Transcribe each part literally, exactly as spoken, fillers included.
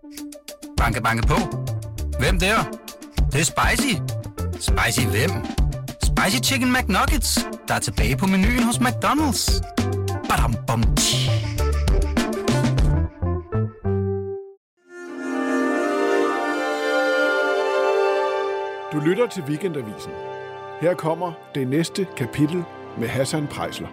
Banke, banke på. Hvem der? Det, det er spicy. Spicy hvem? Spicy Chicken McNuggets, der er tilbage på menuen hos McDonald's. Badum, bom, tji. Du lytter til Weekendavisen. Her kommer det næste kapitel med Hassan Preisler.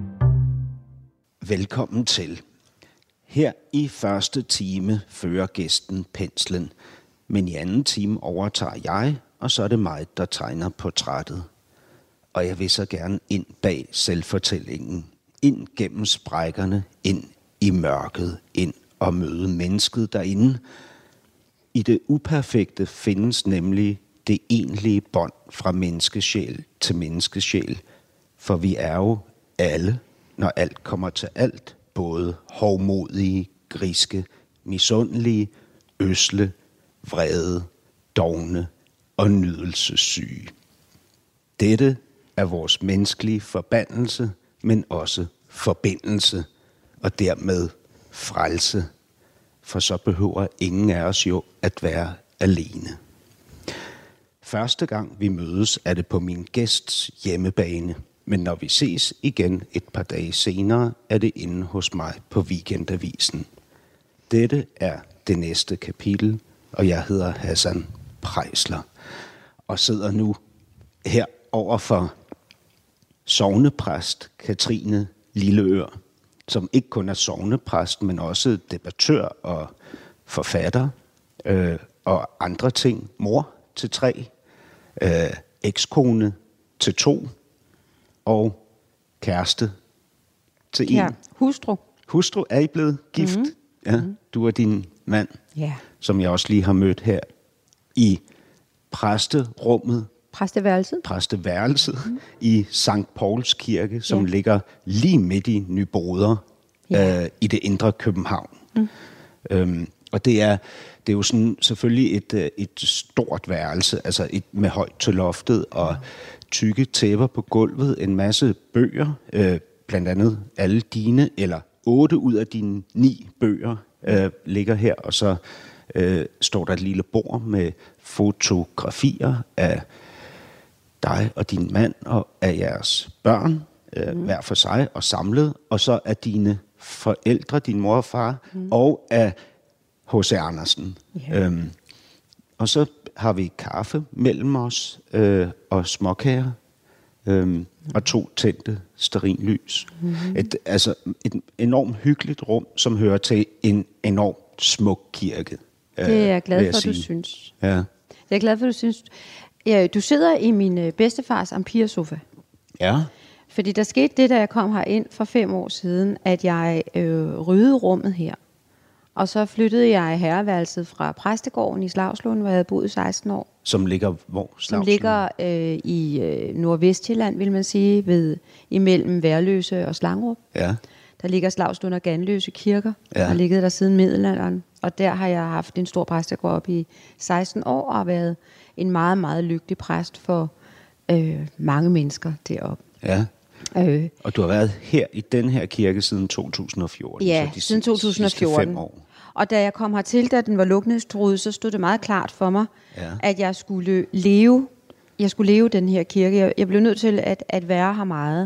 Velkommen til. Her i første time fører gæsten penslen, men i anden time overtager jeg, og så er det mig, der tegner portrættet. Og jeg vil så gerne ind bag selvfortællingen, ind gennem sprækkerne, ind i mørket, ind og møde mennesket derinde. I det uperfekte findes nemlig det egentlige bånd fra menneskesjæl til menneskesjæl, for vi er jo alle, når alt kommer til alt, både hovmodige, griske, misundelige, øsle, vrede, dovne og nydelsessyge. Dette er vores menneskelige forbandelse, men også forbindelse, og dermed frelse, for så behøver ingen af os jo at være alene. Første gang vi mødes, er det på min gæsts hjemmebane, men når vi ses igen et par dage senere, er det inde hos mig på Weekendavisen. Dette er det næste kapitel, og jeg hedder Hassan Preisler, og sidder nu her overfor sognepræst Katrine Lilleør, som ikke kun er sognepræst, men også debattør og forfatter øh, og andre ting. Mor til tre, øh, ekskone til to og kæreste til en. Ja, hustru. Hustru, er I blevet gift? Mm-hmm. Ja, du og din mand, Ja. som jeg også lige har mødt her i præsterummet, Præsteværelset. præsteværelset Mm. i Sankt Pauls Kirke, som Ja. ligger lige midt i Nyboder, Ja. øh, i det indre København. Mm. Øhm, og det er, det er jo sådan selvfølgelig et, et stort værelse, altså et med højt til loftet og tykke tæpper på gulvet, en masse bøger, øh, blandt andet alle dine, eller otte ud af dine ni bøger øh, ligger her, og så øh, står der et lille bord med fotografier af dig og din mand og af jeres børn, øh, mm. hver for sig og samlet, og så af dine forældre, din mor og far, mm. og af H C Andersen. Yeah. Øhm, og så har vi kaffe mellem os øh, og småkager øh, mm. og to tændte stearinlys. Mm. Et, altså et enormt hyggeligt rum, som hører til en enormt smuk kirke. Det er jeg glad vil jeg for, du sige. synes. Ja. Jeg er glad for, du synes. Ja, du sidder i min øh, bedstefars ampiresofa. Ja. Fordi der skete det, da jeg kom herind for fem år siden, at jeg øh, ryddede rummet her. Og så flyttede jeg herreværelset fra præstegården i Slavslund, hvor jeg havde boet i seksten år. Som ligger hvor? Som ligger øh, i øh, Nordvestjylland, vil man sige, ved, imellem Værløse og Slangrup. Ja. Der ligger Slavslund og Ganløse kirker, Ja. og har ligget der siden middelalderen. Og der har jeg haft en stor præstegård op i seksten år, og har været en meget, meget lykkelig præst for øh, mange mennesker deroppe. Ja. Øh, Og du har været her i den her kirke siden to tusind og fjorten. ja, så de siden to tusind og sidste fjorten. fem år. Og da jeg kom hertil, da den var lukningstruet, så stod det meget klart for mig, Ja. at jeg skulle leve, jeg skulle leve den her kirke. Jeg, jeg blev nødt til at, at være her meget.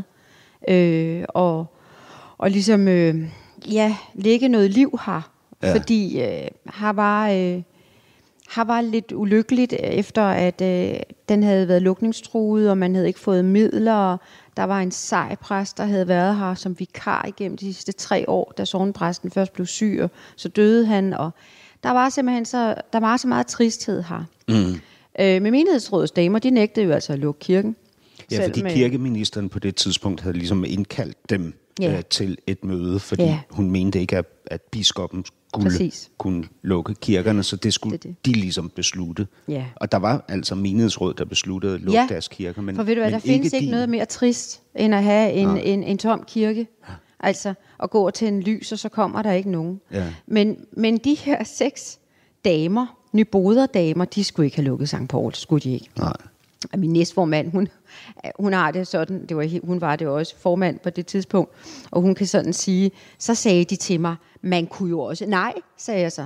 Øh, og, og ligesom, øh, ja, lægge noget liv her. Ja. Fordi øh, her var... Øh, har var lidt ulykkeligt, efter at øh, den havde været lukningstruet, og man havde ikke fået midler, og der var en sej præst, der havde været her som vikar igennem de sidste tre år, da sognepræsten først blev syg, og så døde han, og der var simpelthen så, der var så meget tristhed her. Mm. Øh, med menighedsrådets damer, de nægtede jo altså at lukke kirken. Ja, fordi med... kirkeministeren på det tidspunkt havde ligesom indkaldt dem Ja. øh, til et møde, fordi Ja. hun mente ikke, at, at biskoppen skulle Præcis. kunne lukke kirkerne, så det skulle Det er det. de ligesom beslutte. Ja. Og der var altså menighedsråd, der besluttede at lukke Ja, deres kirker. Men, for ved du hvad, men der findes ikke din. noget mere trist, end at have en, Nej. en, en tom kirke. Altså at gå til en lys, og så kommer der ikke nogen. Ja. Men, men de her seks damer, Nyboder-damer, de skulle ikke have lukket Sankt Pauls, skulle de ikke. Nej. Og min næstformand, hun, hun har det sådan, det var, hun var det også formand på det tidspunkt, og hun kan sådan sige, så sagde de til mig, man kunne jo også, nej, sagde jeg så,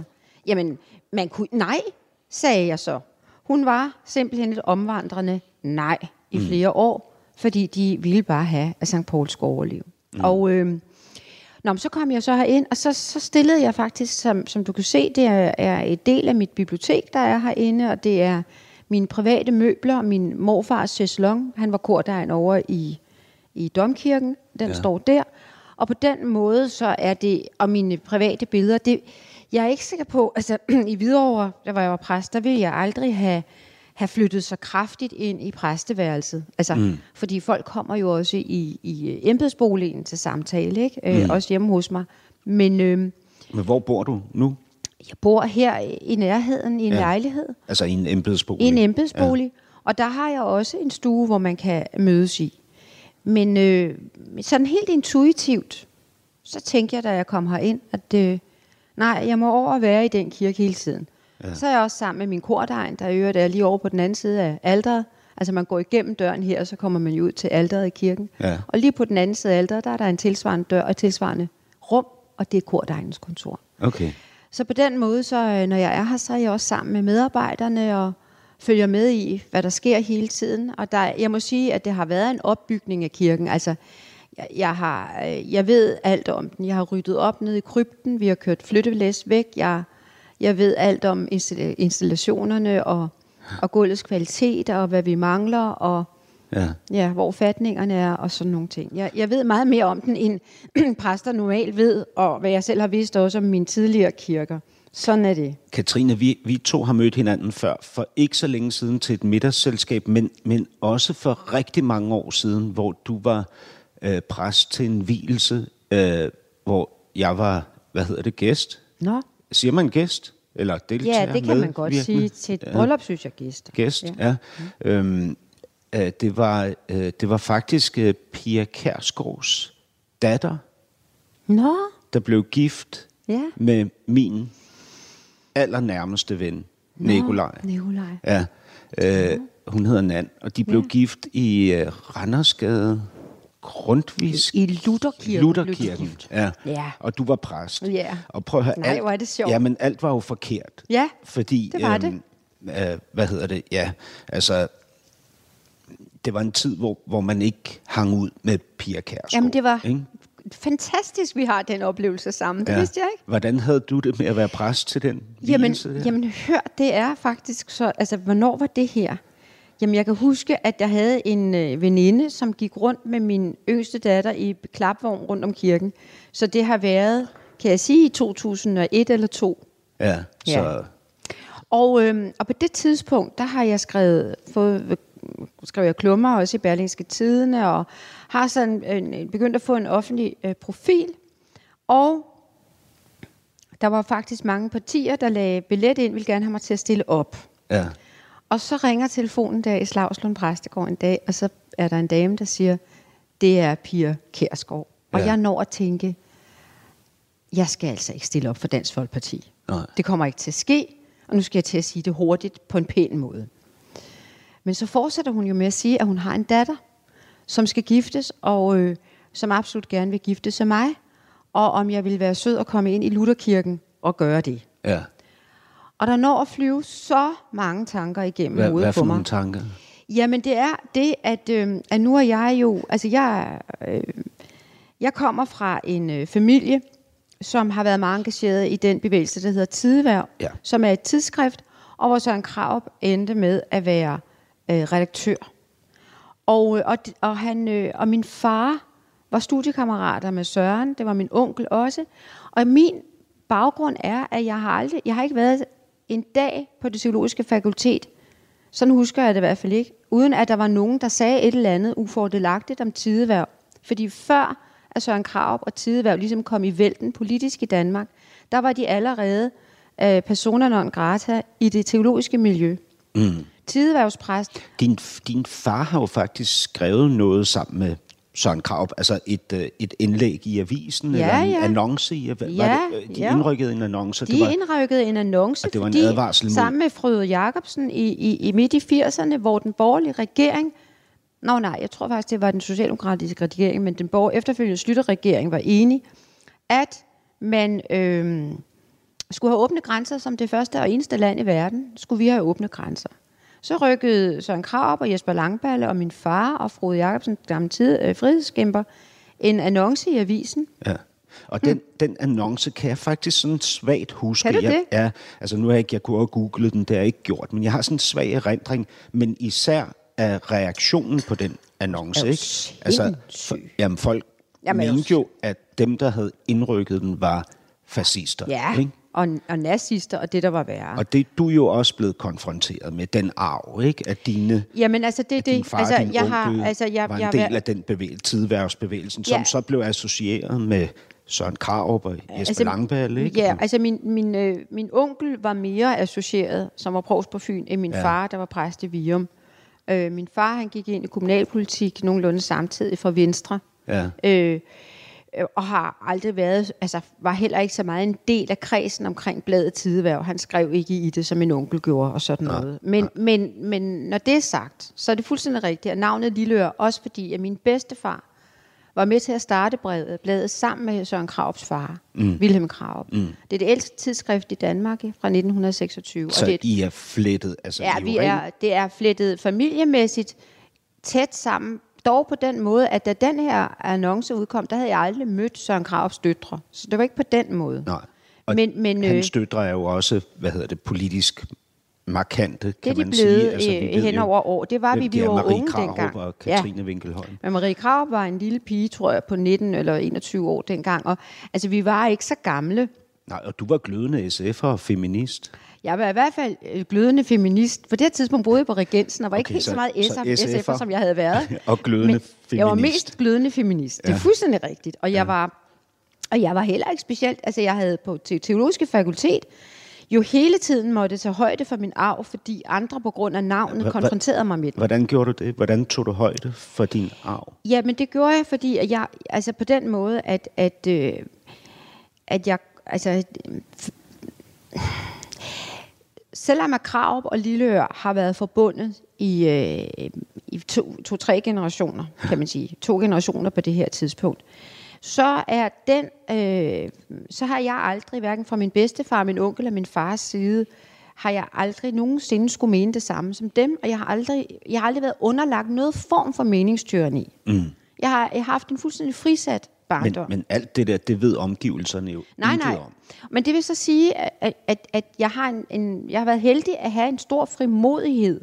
jamen, man kunne, nej, sagde jeg så. Hun var simpelthen et omvandrende nej i mm. flere år, fordi de ville bare have, at Sankt Pauls skulle overleve. Mm. Og øh, nå, så kom jeg så herind, og så, så stillede jeg faktisk, som, som du kan se, det er, er et del af mit bibliotek, der er herinde, og det er mine private møbler, min morfars chaiselong, han var kordegn over i, i Domkirken, den ja. står der. Og på den måde, så er det, og mine private billeder, det, jeg er ikke sikker på, altså i Hvidovre, der var jeg var præst, der ville jeg aldrig have, have flyttet så kraftigt ind i præsteværelset. Altså, mm. fordi folk kommer jo også i, i embedsboligen til samtale, ikke? Mm. Øh, også hjemme hos mig. Men, øh, Men hvor bor du nu? Jeg bor her i nærheden i en ja. lejlighed. Altså i en embedsbolig? I en embedsbolig. Ja. Og der har jeg også en stue, hvor man kan mødes i. Men øh, sådan helt intuitivt, så tænkte jeg, da jeg kom herind, at øh, nej, jeg må over at være i den kirke hele tiden. Ja. Så er jeg også sammen med min kordegn, der øger der lige over på den anden side af alteret. Altså man går igennem døren her, og så kommer man jo ud til alteret i kirken. Ja. Og lige på den anden side af alteret, der er der en tilsvarende dør og et tilsvarende rum, og det er kordegnens kontor. Okay. Så på den måde, så når jeg er her, så er jeg også sammen med medarbejderne og følger med i, hvad der sker hele tiden. Og der, jeg må sige, at det har været en opbygning af kirken. Altså, jeg, jeg, har, jeg ved alt om den. Jeg har ryddet op ned i krypten. Vi har kørt flyttelæs væk. Jeg, jeg ved alt om installationerne og, og gulvets kvalitet og hvad vi mangler og ja. Ja, hvor fatningerne er og sådan nogle ting. Jeg, jeg ved meget mere om den, end præster normalt ved, og hvad jeg selv har vidst også om mine tidligere kirker. Sådan er det. Katrine, vi, vi to har mødt hinanden før, for ikke så længe siden til et middagsselskab, men, men også for rigtig mange år siden, hvor du var øh, præst til en vielse, øh, hvor jeg var, hvad hedder det, gæst? Nå. Siger man gæst? Eller deltager? Ja, det kan man godt virkelig sige. Til et ja. bryllup, synes jeg, gæst. Gæst, ja. ja. Mm. Øhm, øh, det, var, øh, det var faktisk øh, Pia Kjærsgaards datter, Nå. der blev gift ja. med min allernærmeste ven, Nå, Nikolaj. Nikolaj. Ja, øh, hun hedder Nan, og de blev ja. gift i uh, Randersgade, Grundtvigs. I Lutherkirken. Lutherkirken, ja. ja. Og du var præst. Ja. Og prøv at høre, Nej, hvor er det sjovt. Ja, men alt var jo forkert. Ja, fordi, det var øhm, det. Øh, hvad hedder det? Ja, altså, det var en tid, hvor, hvor man ikke hang ud med Pia Kjærsgaard. Jamen, det var... Ikke? Fantastisk, vi har den oplevelse sammen. Det ja. vidste jeg ikke. Hvordan havde du det med at være præst til den jamen, vielse? Jamen, hør, det er faktisk så... Altså, hvornår var det her? Jamen, jeg kan huske, at jeg havde en øh, veninde, som gik rundt med min yngste datter i klapvogn rundt om kirken. Så det har været, kan jeg sige, i to tusind og et eller to. Ja, så... Ja. Og, øh, og på det tidspunkt, der har jeg skrevet... Fået, skrev jeg klummer også i Berlingske Tidende, og har sådan øh, begyndt at få en offentlig øh, profil. Og der var faktisk mange partier, der lagde billet ind, ville gerne have mig til at stille op. Ja. Og så ringer telefonen der i Slagslund Præstegård en dag, og så er der en dame, der siger, det er Pia Kjærsgaard. Og ja. jeg når at tænke, jeg skal altså ikke stille op for Dansk Folkeparti. Nej. Det kommer ikke til at ske, og nu skal jeg til at sige det hurtigt på en pæn måde. Men så fortsætter hun jo med at sige, at hun har en datter, som skal giftes, og øh, som absolut gerne vil gifte sig mig, og om jeg vil være sød og komme ind i Lutherkirken og gøre det. Ja. Og der når at flyve så mange tanker igennem Hva, hovedet på mig. Hvad for nogle tanker? Jamen det er det, at, øh, at nu er jeg jo, altså jeg, øh, jeg kommer fra en øh, familie, som har været meget engageret i den bevægelse, der hedder Tidehverv, ja. som er et tidsskrift, og hvor Søren Krarup endte med at være øh, redaktør. Og, og, og, han, øh, og min far var studiekammerater med Søren, det var min onkel også, og min baggrund er, at jeg har aldrig, jeg har ikke været en dag på det teologiske fakultet, sådan husker jeg det i hvert fald ikke, uden at der var nogen, der sagde et eller andet ufordelagtigt om Tidehverv. Fordi før at Søren Krarup og Tidehverv ligesom kom i vælten politisk i Danmark, der var de allerede øh, persona non grata i det teologiske miljø. Mm. Tidehvervspræst. Din, din far har jo faktisk skrevet noget sammen med Søren Krarup, altså et, et indlæg i avisen, ja, eller en ja. annonce i avisen. Ja, var det, de ja. indrykkede en annonce? De det var, indrykkede en annonce, og det var en fordi advarsel mod... sammen med Frode Jacobsen i, i, i midt i firserne, hvor den borgerlige regering, nå nej, jeg tror faktisk, det var den socialdemokratiske regering, men den borger, efterfølgende Schlüter-regering var enig, at man, øh, skulle have åbne grænser som det første og eneste land i verden, skulle vi have åbne grænser. Så rykkede Søren Krarup og Jesper Langballe og min far og Frode Jacobsen, gamle tid, øh, frihedskæmper, en annonce i avisen. Ja. Og den, hmm. den annonce kan jeg faktisk sådan svagt huske. Kan du jeg, det? Ja, altså nu har jeg ikke, jeg kunne have googlet den, det har jeg ikke gjort, men jeg har sådan en svag erindring, men især af reaktionen på den annonce, ikke? Altså, for, jamen folk jamen, mente jo, at dem, der havde indrykket den, var fascister. Ja, ikke? Og, og nazister, og det, der var værre. Og det du er jo også blevet konfronteret med, den arv, ikke? At dine, jamen, altså, det, at din far altså, og din jeg onkel har, altså, jeg, var en jeg, del jeg, af den bevægelse, tidværvsbevægelsen, som ja. så blev associeret med Søren Krarup og Jesper altså, Langballe, ikke? Ja, altså min, min, øh, min onkel var mere associeret, som var provst på Fyn, end min ja. far, der var præst i Virum. Øh, min far, han gik ind i kommunalpolitik nogenlunde samtidig fra Venstre. Ja. Øh, og har aldrig været, altså var heller ikke så meget en del af kredsen omkring bladet Tidehverv. Han skrev ikke i det, som min onkel gjorde og sådan ja. noget. Men, ja. men, men når det er sagt, så er det fuldstændig rigtigt, at navnet Lilleør, også fordi, at min bedstefar var med til at starte brevet, bladet sammen med Søren Krarups far, mm. Wilhelm Krarup. Mm. Det er det ældste tidsskrift i Danmark fra nitten seksogtyve. Så og det er et, I er flettet? Altså, ja, vi er, det er flettet familiemæssigt tæt sammen, dog på den måde, at da den her annonce udkom, der havde jeg aldrig mødt Søren Krarups døtre. Så det var ikke på den måde. Nej. Og men, men, hans døtre er jo også, hvad hedder det, politisk markante, kan man sige. Det er de blevet altså, hen over år. Det var vi, vi var Marie unge Krarup dengang. Og Katrine ja. Winkelholm. Men Marie Krarup var en lille pige, tror jeg, på nitten eller enogtyve år dengang. Og altså, vi var ikke så gamle. Nej, og du var glødende S F'er og feminist. Jeg var i hvert fald glødende feminist. På det her tidspunkt boede jeg på Regensen, og var okay, ikke helt så, så meget S F'er, som jeg havde været. Og glødende men feminist. Jeg var mest glødende feminist. Ja. Det er fuldstændig rigtigt. Og jeg ja. var og jeg var heller ikke specielt, altså jeg havde på te- teologiske fakultet jo hele tiden måtte tage højde for min arv, fordi andre på grund af navnet H- konfronterede mig med det. Hvordan gjorde du det? Hvordan tog du højde for din arv? Ja, men det gjorde jeg, fordi at jeg, altså på den måde, at, at, øh, at jeg, altså, f- selvom at Krarup og Lilleør har været forbundet i, øh, i to, to, tre generationer, kan man sige, to generationer på det her tidspunkt, så er den, øh, så har jeg aldrig, hverken fra min bedstefar, min onkel og min fars side, har jeg aldrig nogensinde skulle mene det samme som dem, og jeg har aldrig, jeg har aldrig været underlagt noget form for meningstyranni. Mm. Jeg har, jeg har haft en fuldstændig frisat barndom. Men, men alt det der, det ved omgivelserne jo nej, nej. om. Men det vil så sige, at, at, at jeg, har en, en, jeg har været heldig at have en stor frimodighed,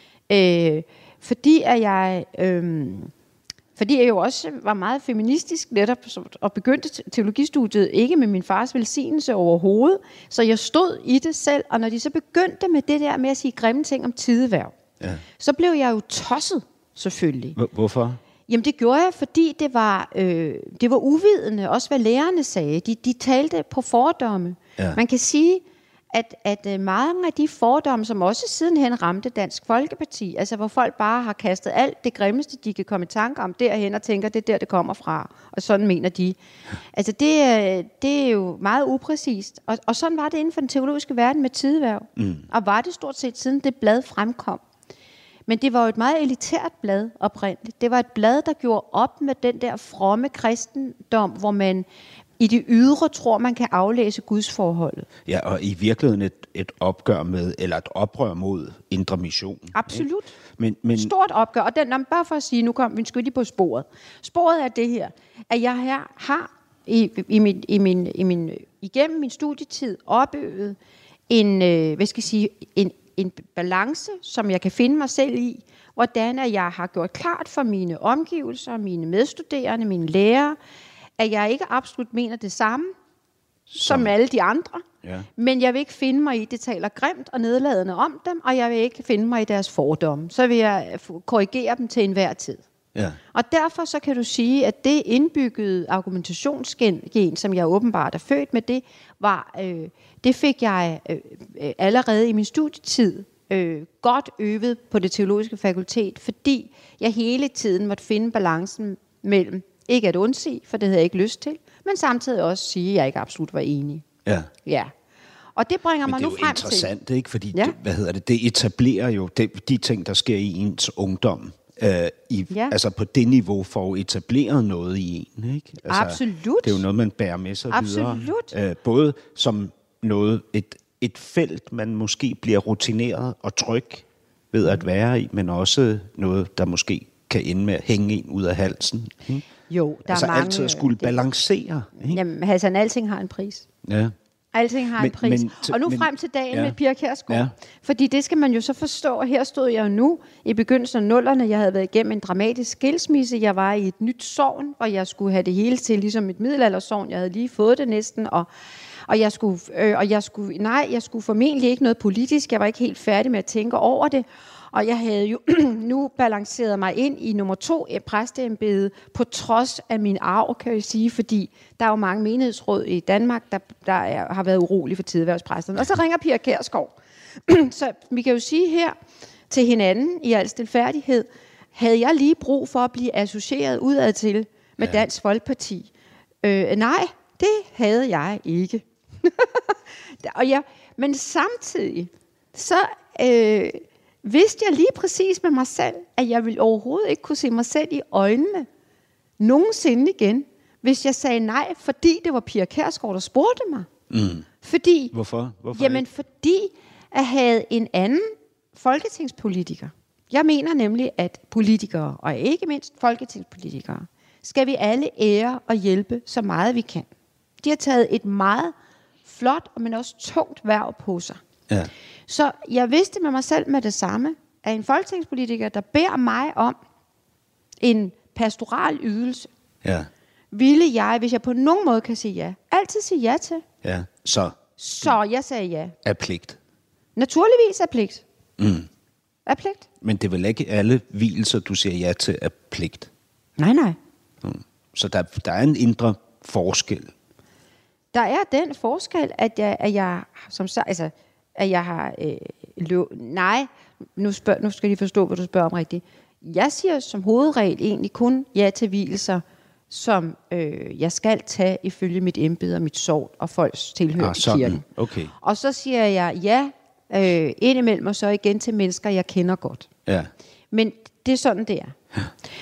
øh, fordi at jeg... Øh, Fordi jeg jo også var meget feministisk netop, og begyndte teologistudiet ikke med min fars velsignelse overhovedet. Så jeg stod i det selv, og når de så begyndte med det der med at sige grimme ting om tidehverv, ja. så blev jeg jo tosset, selvfølgelig. Hvorfor? Jamen det gjorde jeg, fordi det var, øh, det var uvidende, også hvad lærerne sagde. De, de talte på fordomme. Ja. Man kan sige, at, at mange af de fordomme, som også sidenhen ramte Dansk Folkeparti, altså hvor folk bare har kastet alt det grimmeste, de kan komme i tanke om derhen og tænker, det er der, det kommer fra, og sådan mener de. Altså det, det er jo meget upræcist, og, og sådan var det inden for den teologiske verden med tidehverv, mm. og var det stort set siden det blad fremkom. Men det var jo et meget elitært blad oprindeligt. Det var et blad, der gjorde op med den der fromme kristendom, hvor man i det ydre tror, man kan aflæse Guds forholdet. Ja, og i virkeligheden et, et opgør med, eller et oprør mod indre mission. Absolut. Men, men stort opgør. Og den, bare for at sige, nu kom vi skulle lige på sporet. Sporet er det her, at jeg her har i, i min, i min, i min, igennem min studietid opøvet en, øh, hvad skal jeg sige, en, en balance, som jeg kan finde mig selv i, hvordan jeg har gjort klart for mine omgivelser, mine medstuderende, mine lærere, at jeg ikke absolut mener det samme som, som alle de andre, ja. men jeg vil ikke finde mig i, det taler grimt og nedladende om dem, og jeg vil ikke finde mig i deres fordomme. Så vil jeg korrigere dem til enhver tid. Ja. Og derfor så kan du sige, at det indbyggede argumentationsgen, som jeg åbenbart er født med, det var, øh, det fik jeg øh, allerede i min studietid øh, godt øvet på det teologiske fakultet, fordi jeg hele tiden måtte finde balancen mellem ikke at undsige, for det havde jeg ikke lyst til, men samtidig også sige, at jeg ikke absolut var enig. Ja. Ja. Og det bringer mig nu frem til... det er jo interessant, ikke? Fordi ja. det, hvad hedder det, det etablerer jo det, de ting, der sker i ens ungdom. Øh, i, ja. Altså på det niveau for at etablere noget i en, ikke? Altså, absolut. Det er jo noget, man bærer med sig absolut. videre. Øh, både som noget, et, et felt, man måske bliver rutineret og tryg ved at være i, men også noget, der måske kan ende med at hænge en ud af halsen. Ikke? Jo, der altså er mange... altid at skulle det, balancere. Ikke? Jamen, Hassan, alting har en pris. Ja. Alting har Men- en pris. men t- og nu men- frem til dagen ja. med Pia Kjærsgaard. Ja. Fordi det skal man jo så forstå. Her stod jeg jo nu i begyndelsen af nullerne. Jeg havde været igennem en dramatisk skilsmisse. Jeg var i et nyt sogn, hvor jeg skulle have det hele til, ligesom et middelaldersogn. Jeg havde lige fået det næsten, og Og jeg skulle, øh, og jeg skulle, nej, jeg skulle formentlig ikke noget politisk. Jeg var ikke helt færdig med at tænke over det. Og jeg havde jo nu balanceret mig ind i nummer to i præsteembede, på trods af min arv, kan jeg sige, fordi der er jo mange menighedsråd i Danmark, der, der er, har været urolige for tideværvspræsterne. Og så ringer Pia Kjærsgaard. Så vi kan jo sige her til hinanden i al stilfærdighed, havde jeg lige brug for at blive associeret udadtil med ja. Dansk Folkeparti? Øh, nej, det havde jeg ikke. og jeg, men samtidig, så øh, vidste jeg lige præcis med mig selv, at jeg ville overhovedet ikke kunne se mig selv i øjnene nogensinde igen, hvis jeg sagde nej, fordi det var Pia Kjærsgaard, der spurgte mig. Mm. Fordi, Hvorfor? Hvorfor jamen, ikke? fordi at have en anden folketingspolitiker. Jeg mener nemlig, at politikere, og ikke mindst folketingspolitikere, skal vi alle ære og hjælpe så meget vi kan. De har taget et meget flot, men også tungt hverv på sig. Ja. Så jeg vidste med mig selv med det samme, at en folketingspolitiker, der beder mig om en pastoral ydelse, Ja. ville jeg, hvis jeg på nogen måde kan sige ja, altid sige ja til. Ja. Så Så jeg sagde ja. er pligt. Naturligvis er pligt. Mm. Er pligt? Men det er vel ikke alle vielser, du siger ja til, er pligt. Nej, nej. Mm. Så der, der er en indre forskel. Der er den forskel, at jeg, at jeg som sagt, altså, at jeg har øh, lov, nej, nu, spørg, nu skal de forstå, hvad du spørger om rigtigt. Jeg siger som hovedregel egentlig kun ja til vielser, som øh, jeg skal tage ifølge mit embede og mit sogn og folks tilhør Ah, til sådan. kirken. Okay. Og så siger jeg ja øh, indimellem og så igen til mennesker, jeg kender godt. Ja. Men det er sådan, det er.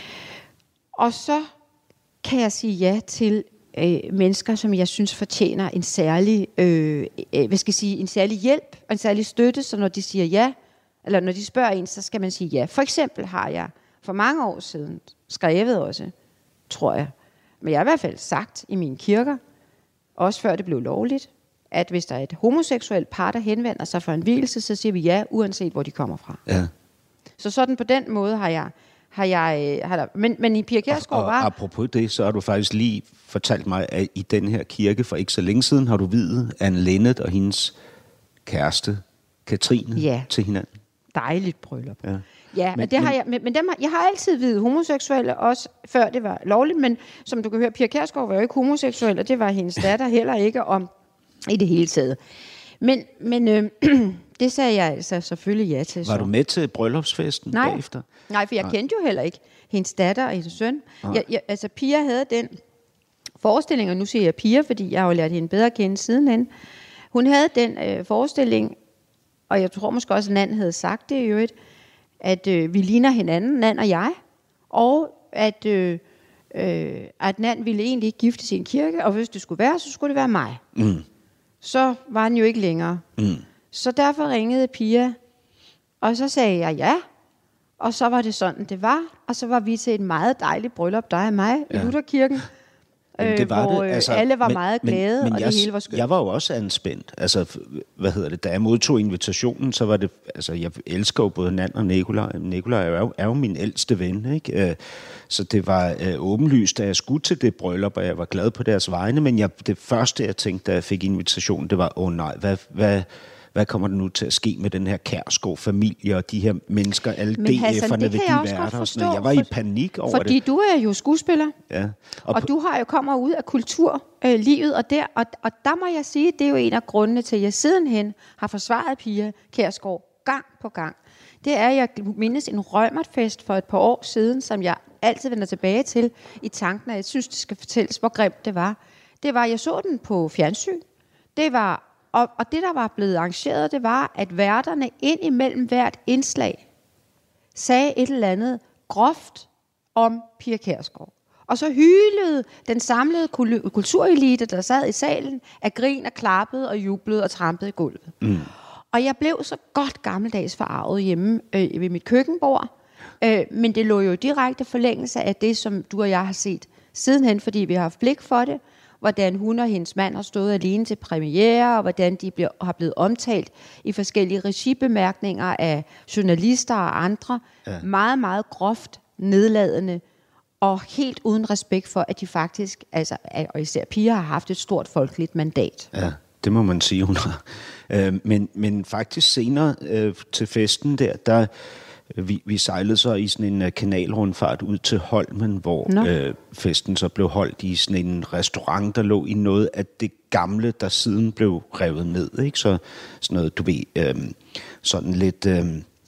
Og så kan jeg sige ja til øh, mennesker, som jeg synes fortjener en særlig, øh, øh, hvad skal jeg sige, en særlig hjælp og en særlig støtte, så når de siger ja, eller når de spørger en, så skal man sige ja. For eksempel har jeg for mange år siden skrevet også, tror jeg, men jeg har i hvert fald sagt i mine kirker, også før det blev lovligt, at hvis der er et homoseksuelt par, der henvender sig for en vielse, så siger vi ja, uanset hvor de kommer fra. Ja. Så sådan på den måde har jeg, har jeg, har der, men, men i Pia Kjærsgaard Og, og var... apropos det, så har du faktisk lige fortalt mig, at i den her kirke for ikke så længe siden har du viet Anne Linnet og hendes kæreste Katrine Ja. til hinanden. Dejligt bryllup. Ja. Ja, Men- men, det har men- jeg, men, men dem har, jeg har altid videt homoseksuelle, også før det var lovligt, men som du kan høre, Pia Kjærsgaard var jo ikke homoseksuel, og det var hendes datter heller ikke om i det hele taget. Men, men øh, det sagde jeg altså selvfølgelig ja til. Var så. du med til bryllupsfesten Nej. bagefter? Nej, for jeg Nej. kendte jo heller ikke hendes datter og hendes søn. Jeg, jeg, altså Pia havde den forestilling, og nu siger jeg Pia, fordi jeg har jo lært hende bedre at kende sidenhen. Hun havde den øh, forestilling, og jeg tror måske også, at Nan havde sagt det i øvrigt, at øh, vi ligner hinanden, Nan og jeg, og at, øh, øh, at Nan ville egentlig ikke gifte sin kirke, og hvis det skulle være, så skulle det være mig. Mm. Så var den jo ikke længere. Mm. Så derfor ringede Pia, og så sagde jeg ja, og så var det sådan, det var, og så var vi til et meget dejligt bryllup, dig og mig, ja. i Lutherkirken, Jamen, det var hvor det. øh, Altså, alle var men- meget men- glade, men og jeg, det hele var skønt. Jeg var jo også anspændt. Altså, f- hvad hedder det? Da jeg modtog invitationen, så var det... Altså, jeg elsker jo både Nan og Nikolaj. Nikolaj er jo, er jo min ældste ven, ikke? Øh, Så det var øh, åbenlyst, da jeg skulle til det bryllup, og jeg var glad på deres vegne. Men jeg, det første, jeg tænkte, da jeg fik invitationen, det var, åh oh, nej, hvad... hvad hvad kommer der nu til at ske med den her Kjærsgaard-familie og de her mennesker, alle Men Hassan, D F'erne, det vil kan de jeg også være godt der? Og sådan noget. forstå, Jeg var i for- panik over Fordi det. du er jo skuespiller, Ja. og, på- og du har jo kommer ud af kulturlivet, og, der, og, og der må jeg sige, det er jo en af grundene til, at jeg sidenhen har forsvaret Pia Kjærsgaard gang på gang. Det er, at jeg mindes en rømertfest for et par år siden, som jeg altid vender tilbage til i tanken, at jeg synes, det skal fortælles, hvor grimt det var. Det var, jeg så den på fjernsyn. Det var, og, og det, der var blevet arrangeret, det var, at værterne ind imellem hvert indslag sagde et eller andet groft om Pia Kjærsgaard. Og så hylede den samlede kulturelite, der sad i salen, af grin og klappede og jublede og trampede i gulvet. Mm. Og jeg blev så godt gammeldags forarvet hjemme øh, ved mit køkkenbord. Øh, men det lå jo direkte forlængelse af det, som du og jeg har set sidenhen, fordi vi har haft blik for det. Hvordan hun og hendes mand har stået alene til premiere, og hvordan de bliver, har blevet omtalt i forskellige regibemærkninger af journalister og andre. Ja. Meget, meget groft nedladende, og helt uden respekt for, at de faktisk, altså, og især piger, har haft et stort folkeligt mandat. Ja, det må man sige, hun har. Øh, men, men faktisk senere øh, til festen der, der vi, vi sejlede så i sådan en uh, kanalrundfart ud til Holmen, hvor øh, festen så blev holdt i sådan en restaurant, der lå i noget af det gamle, der siden blev revet ned. Ikke? Så sådan noget, du ved, øh, sådan lidt øh,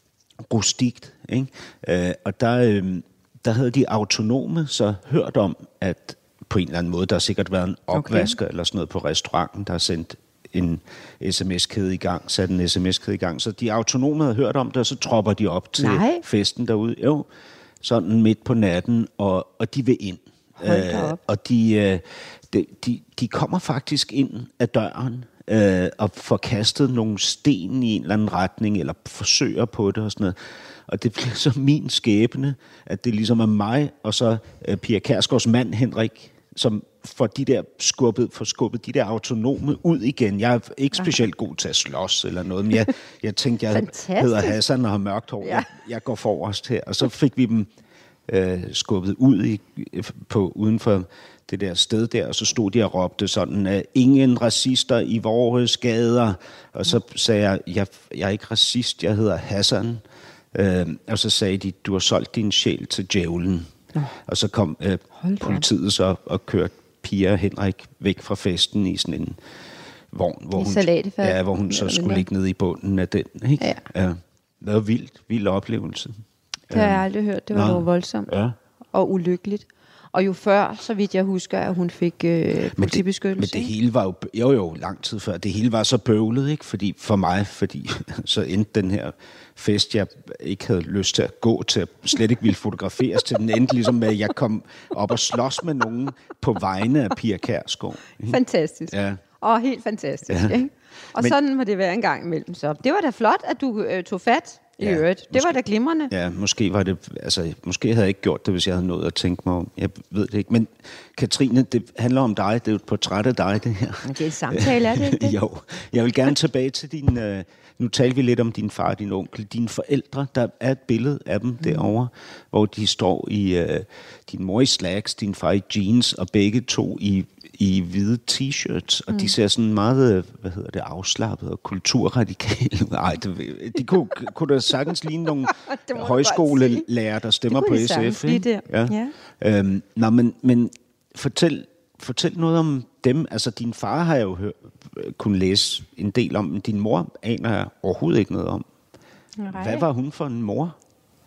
rustikt. Ikke? Øh, og der... Øh, der havde de autonome så hørt om, at på en eller anden måde, der har sikkert været en opvasker okay. eller sådan noget på restauranten, der har sendt en sms-kæde i gang, sat en sms-kæde i gang. Så de autonome havde hørt om det, og så tropper de op til Nej. festen derude. Jo, sådan midt på natten, og, og de vil ind. Øh, og de, øh, de, de, de kommer faktisk ind ad døren, øh, og får kastet nogle sten i en eller anden retning, eller forsøger på det og sådan noget. Og det bliver så min skæbne, at det ligesom er mig, og så uh, Pia Kjærsgaards mand, Henrik, som får de der skubbet, får skubbet de der autonome ud igen. Jeg er ikke specielt god til at slås eller noget, men jeg, jeg tænkte, jeg hedder Hassan og har mørkt hår. Ja. Jeg, jeg går forrest her. Og så fik vi dem uh, skubbet ud i, på, uden for det der sted der, og så stod de og råbte sådan, uh, ingen racister i vores gader. Og så sagde jeg, jeg, jeg er ikke racist, jeg hedder Hassan. Øh, og så sagde de, du har solgt din sjæl til djævlen. Oh. Og så kom øh, politiet så og kørte Pia og Henrik væk fra festen i sådan en vogn, hvor hun, ja, hvor hun så skulle ligge nede i bunden af den. Ikke? Ja. Ja. Det var vildt, vild oplevelse. Det har jeg aldrig hørt. Det var noget voldsomt ja. og ulykkeligt. Og jo før, så vidt jeg husker, at hun fik øh, politibeskyttelse. Men det hele var jo, jo jo, lang tid før, det hele var så bøvlet, ikke? Fordi for mig, fordi så endte den her fest, jeg ikke havde lyst til at gå til, slet ikke ville fotograferes til, den endte ligesom med, at jeg kom op og slås med nogen på vegne af Pia Kjærsgaard. Fantastisk. Ja. Og helt fantastisk, ja. Ikke? Og men, sådan må det være en gang imellem. Så det var da flot, at du øh, tog fat i ja, øvrigt. Det måske, var da glimrende. Ja, måske var det, altså, måske havde jeg ikke gjort det, hvis jeg havde nået at tænke mig om. Jeg ved det ikke. Men Katrine, det handler om dig. Det er jo et portræt af dig, det her. Det er en samtale, er det ikke det? Jo. Jeg vil gerne tilbage til din... Øh, nu talte vi lidt om din far og din onkel. Dine forældre, der er et billede af dem mm. derovre, hvor de står i... Øh, din mor i slacks, din far i jeans, og begge to i... i hvide t-shirts, og mm. de ser sådan meget, hvad hedder det, afslappet og kulturradikale. Nej, det, de kunne, kunne da sagtens ligne nogle højskolelærer, der stemmer på S F. Ikke? Ja. Ja. Øhm, nå, men, men fortæl, fortæl noget om dem. Altså, din far har jeg jo hør, kunnet læse en del om, men din mor aner jeg overhovedet ikke noget om. Nej. Hvad var hun for en mor?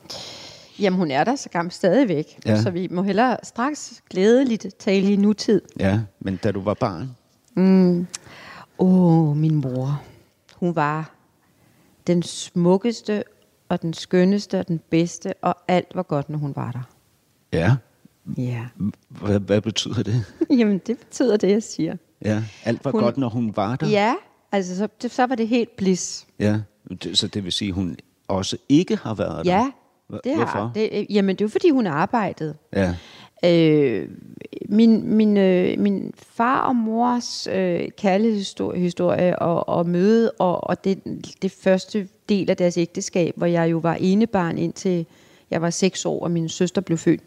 Jamen, hun er der så gammel stadigvæk, ja. Så vi må hellere straks glædeligt tale i nutid. Ja, men da du var barn? Mm. Åh, min mor. Hun var den smukkeste, og den skønneste, og den bedste, og alt var godt, når hun var der. Ja? Ja. Hvad, hvad betyder det? Jamen, det betyder det, jeg siger. Ja, alt var hun, godt, når hun var der? Ja, altså så, så var det helt bliss. Ja, så det vil sige, at hun også ikke har været der? Ja. Det har, det, jamen, det er jo fordi, hun arbejdede. Ja. Øh, min, min, øh, min far og mors øh, kærlighedshistorie og, og møde, og, og det, det første del af deres ægteskab, hvor jeg jo var enebarn indtil jeg var seks år, og min søster blev født,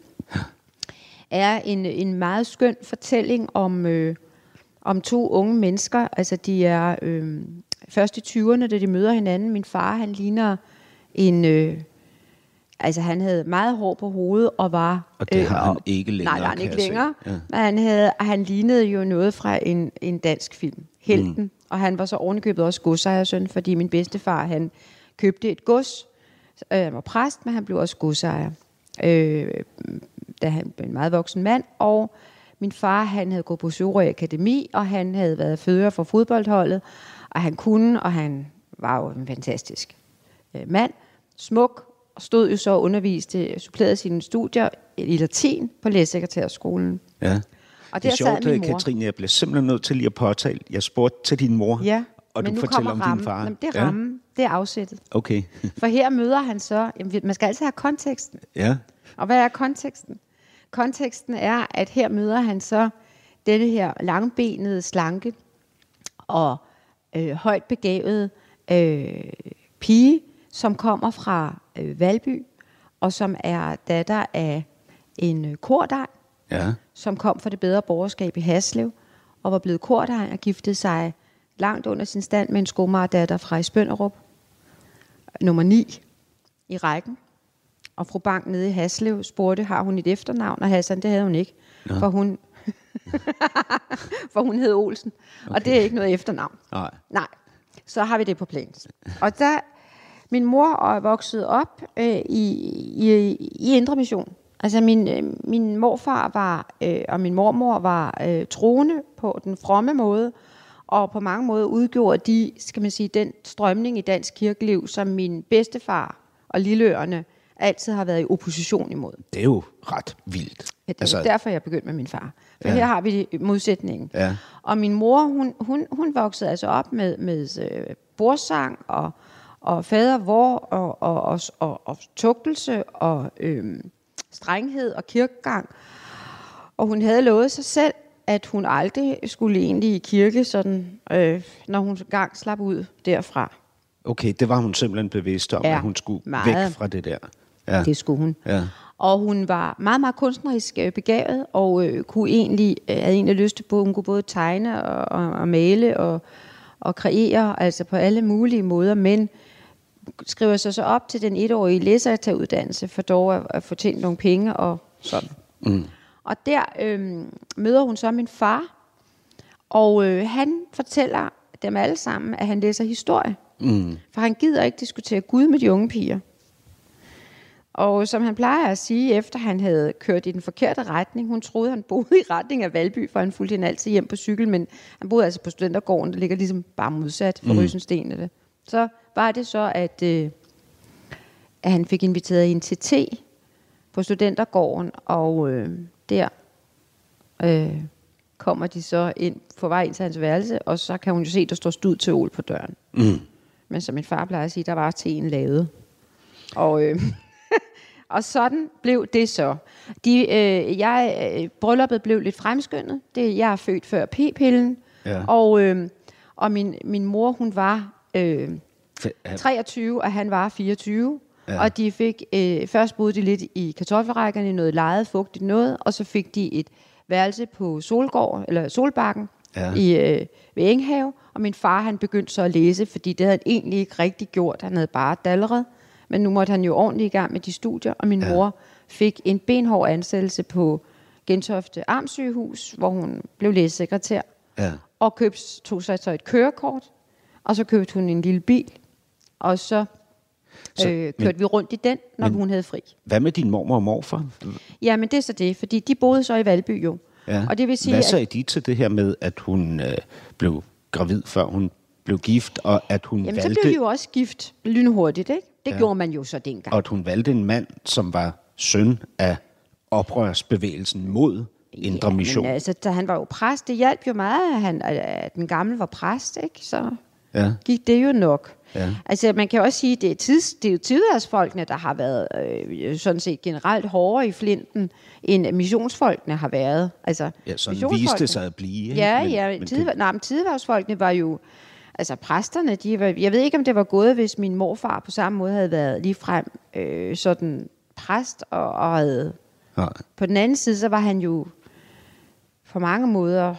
er en, en meget skøn fortælling om, øh, om to unge mennesker. Altså, de er øh, først i tyverne, da de møder hinanden. Min far, han ligner en... Øh, Altså, han havde meget hår på hovedet og var... Og det har øh, han ikke længere, Nej, det har han ikke længere. Ja. Men han, havde, han lignede jo noget fra en, en dansk film. Helten. Mm. Og han var så ovenikøbet også godsejersøn, fordi min bedstefar, han købte et gods. Øh, han var præst, men han blev også godsejer. Øh, da han blev en meget voksen mand. Og min far, han havde gået på Sorø Akademi, og han havde været fører for fodboldholdet. Og han kunne, og han var jo en fantastisk øh, mand. Smuk. Og stod jo så og underviste, supplerede sine studier i latin på lægesekretærskolen. Ja. Og det er der sjovt, sad min mor. Katrine, jeg bliver simpelthen nødt til lige at påtale. Jeg spurgte til din mor, Ja, og men du nu fortæller kommer om rammen. din far. Jamen, det er rammen, ja. Det er afsættet. Okay. For her møder han så, jamen, man skal altid have konteksten. Ja. Og hvad er konteksten? Konteksten er, at her møder han så denne her langbenede, slanke og øh, højt begavede øh, pige, som kommer fra øh, Valby, og som er datter af en øh, kordegn, Ja. som kom fra det bedre borgerskab i Haslev, og var blevet kordegn og giftede sig langt under sin stand med en skomagerdatter fra Esbønderup, nummer ni i rækken. Og fru Bang nede i Haslev spurgte, har hun et efternavn? Og Hassan, det havde hun ikke, ja. for hun for hun hed Olsen. Okay. Og det er ikke noget efternavn. Nej. Nej. Så har vi det på plads. Og der, min mor er vokset op øh, i, i, i Indre Mission. Altså min, øh, min morfar var, øh, og min mormor var øh, troende på den fromme måde, og på mange måder udgjorde de, skal man sige, den strømning i dansk kirkeliv, som min bedstefar og lilleøerne altid har været i opposition imod. Det er jo ret vildt. Ja, det er altså, derfor, jeg begyndte med min far. For ja. her har vi modsætningen. Ja. Og min mor, hun, hun, hun voksede altså op med, med øh, bordsang og, og fader vor og, og, og, og, og tugtelse og øh, strenghed og kirkegang. Og hun havde lovet sig selv, at hun aldrig skulle egentlig i kirke, sådan, øh, når hun gang slap ud derfra. Okay, det var hun simpelthen bevidst om, ja, at hun skulle meget. væk fra det der. Ja. Det skulle hun. Ja. Og hun var meget, meget kunstnerisk begavet, og øh, kunne egentlig, øh, havde egentlig lyst til, at hun kunne både tegne og, og, og male og, og kreere, altså på alle mulige måder, men skriver sig så op til den etårige læsertagsuddannelse, for dog at, at få tjent nogle penge og sådan. Mm. Og der øh, møder hun så min far, og øh, han fortæller dem alle sammen, at han læser historie. Mm. For han gider ikke diskutere Gud med de unge piger. Og som han plejer at sige, efter han havde kørt i den forkerte retning, hun troede, han boede i retning af Valby, for han fulgte hende altid hjem på cykel, men han boede altså på Studentergården, der ligger ligesom bare modsat for mm. Rysenstenene. Så var det så, at, øh, at han fik inviteret hende til te på Studentergården, og øh, der øh, kommer de så ind på vej ind til hans værelse, og så kan hun jo se, der står stud til Ol på døren. Mm. Men som min far plejer at sige, der var teen lavet. Og, øh, og sådan blev det så. De, øh, jeg, øh, brylluppet blev lidt fremskyndet. Det, jeg er født før p-pillen. Ja. Og, øh, og min, min mor, hun var øh, treogtyve, og han var fireogtyve. Ja. Og de fik, øh, først boede de lidt i kartoffelrækkerne, i noget lejet, fugtigt noget, og så fik de et værelse på Solgård, eller Solbakken, ja. i, øh, ved Enghave. Og min far, han begyndte så at læse, fordi det havde han egentlig ikke rigtig gjort. Han havde bare dalleret. Men nu måtte han jo ordentligt i gang med de studier, og min ja. mor fik en benhård ansættelse på Gentofte Amtssygehus, hvor hun blev lægesekretær, ja. og købte, tog sig så et kørekort, og så købte hun en lille bil, og så, så øh, kørte men, vi rundt i den, når men, hun havde fri. Hvad med din mormor og morfar? Ja, men det er så det, fordi de boede så i Valby jo. Ja. Og det vil sige, hvad sagde at, de til det her med, at hun øh, blev gravid, før hun blev gift, og at hun jamen, valgte... så blev de jo også gift lynhurtigt, ikke? Det ja. gjorde man jo så dengang. Og at hun valgte en mand, som var søn af oprørsbevægelsen mod Indre ja, Mission. Men altså, da han var jo præst, det hjalp jo meget, at, han, at den gamle var præst, ikke? Så ja. gik det jo nok. Ja. Altså, man kan også sige, at det er, tids, det er jo tidværsfolkene, der har været øh, sådan set generelt hårdere i flinten, end missionsfolkene har været. Altså, ja, sådan viste sig at blive. Ikke? Ja, men, ja. Men tid, det... nej, men tidværsfolkene var jo... Altså præsterne, de var, jeg ved ikke, om det var gået, hvis min morfar på samme måde havde været ligefrem øh, sådan præst, og, og havde... Ja. På den anden side, så var han jo på mange måder...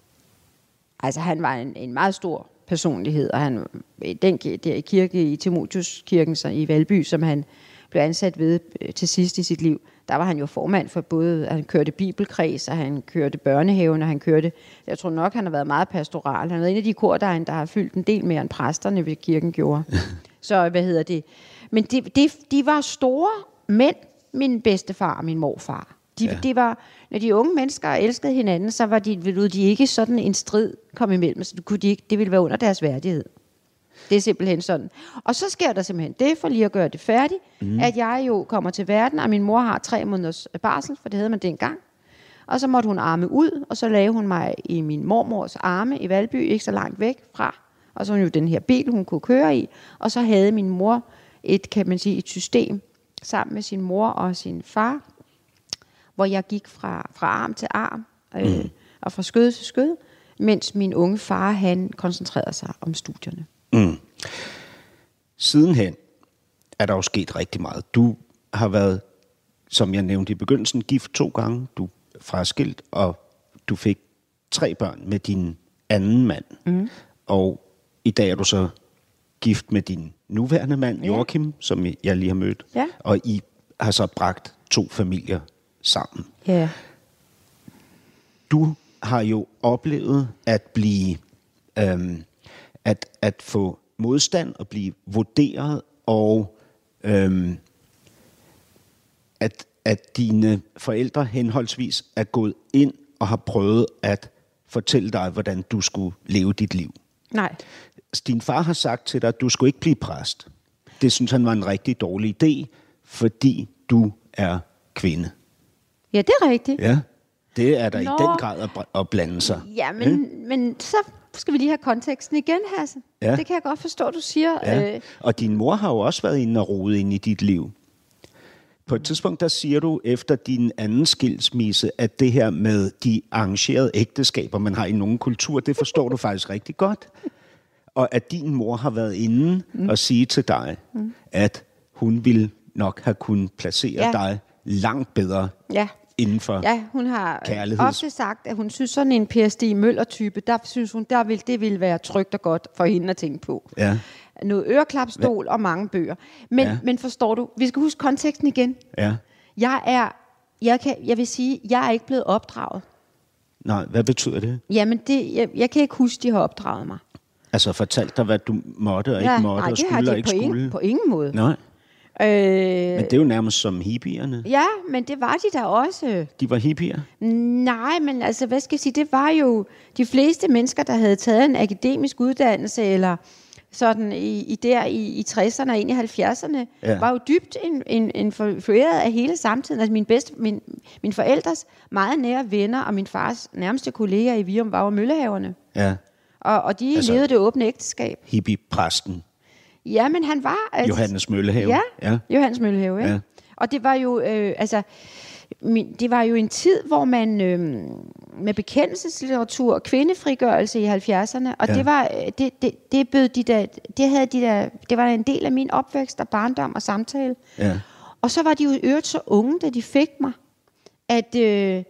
Altså, han var en, en meget stor personlighed, og han den der kirke i Timotheus-kirken så i Valby, som han blev ansat ved øh, til sidst i sit liv, der var han jo formand for både, han kørte bibelkreds, og han kørte børnehaven, og han kørte, jeg tror nok, han har været meget pastoral. Han er en af de kordegn, der har fyldt en del mere end præsterne ved kirken gjorde. Så hvad hedder det? Men de, de, de var store mænd, min bedstefar og min morfar. De, ja. de var, når de unge mennesker elskede hinanden, så var de, ville de ikke sådan en strid komme imellem, så kunne de ikke, det ville være under deres værdighed. Det er simpelthen sådan. Og så sker der simpelthen det, for lige at gøre det færdigt, mm. at jeg jo kommer til verden, og min mor har tre måneders barsel, for det havde man dengang. Og så måtte hun arme ud, og så lagde hun mig i min mormors arme i Valby, ikke så langt væk fra. Og så var jo den her bil, hun kunne køre i. Og så havde min mor et, kan man sige, et system sammen med sin mor og sin far, hvor jeg gik fra, fra arm til arm, øh, mm. og fra skød til skød, mens min unge far, han koncentrerede sig om studierne. Mm. Sidenhen er der jo sket rigtig meget. Du har været, som jeg nævnte i begyndelsen, gift to gange. Du er fraskilt, og du fik tre børn med din anden mand. Mm. Og i dag er du så gift med din nuværende mand, ja. Joachim, som jeg lige har mødt. Ja. Og I har så bragt to familier sammen. Ja. Du har jo oplevet at blive, øhm, at, at få modstand og blive vurderet, og øhm, at, at dine forældre henholdsvis er gået ind og har prøvet at fortælle dig, hvordan du skulle leve dit liv. Nej. Din far har sagt til dig, at du skulle ikke blive præst. Det synes han var en rigtig dårlig idé, fordi du er kvinde. Ja, det er rigtigt. Ja, det er der Nå. i den grad at, at blande sig. Ja, men, mm? men så skal vi lige have konteksten igen, Hasse. Ja. Det kan jeg godt forstå, du siger. Ja. Øh. Og din mor har jo også været inde og rode ind i dit liv. På et tidspunkt, der siger du efter din anden skilsmisse, at det her med de arrangerede ægteskaber, man har i nogle kulturer, det forstår du faktisk rigtig godt. Og at din mor har været inde mm. og sige til dig, mm. at hun ville nok have kunnet placere ja. dig langt bedre ja. inden for ja, hun har kærligheds... ofte sagt, at hun synes sådan en Per Stig Møller-type, der synes hun, der vil, det ville være trygt og godt for hende at tænke på. Ja. Noget øreklapstol og mange bøger. Men, ja. men forstår du, vi skal huske konteksten igen. Ja. Jeg er, jeg, kan, jeg vil sige, jeg er ikke blevet opdraget. Nej, hvad betyder det? Jamen, det, jeg, jeg kan ikke huske, de har opdraget mig. Altså fortalt dig, hvad du måtte og ikke ja, måtte, nej, og skulle og ikke på skulle? Ingen, på ingen måde. Nej. Øh, men det er jo nærmest som hippierne. Ja, men det var de da også. De var hippier? Nej, men altså, hvad skal jeg sige, det var jo de fleste mennesker, der havde taget en akademisk uddannelse, eller sådan i, i der i, i tresserne og ind i halvfjerdserne, ja. var jo dybt influeret af hele samtiden. Altså min bedste, min, min forældres meget nære venner og min fars nærmeste kolleger i Virum var jo møllehaverne. Ja. Og, og de altså, levede det åbne ægteskab. Hippie-præsten. Ja, men han var... Altså, Johannes Møllehave. Ja, ja. Johannes Møllehave, ja. ja. Og det var jo, øh, altså, min, det var jo en tid, hvor man øh, med bekendelseslitteratur, kvindefrigørelse i halvfjerdserne, og ja. det var, det, det, det bød de der, det havde de der, det var en del af min opvækst og barndom og samtale. Ja. Og så var de jo i øvrigt så unge, da de fik mig, at, øh,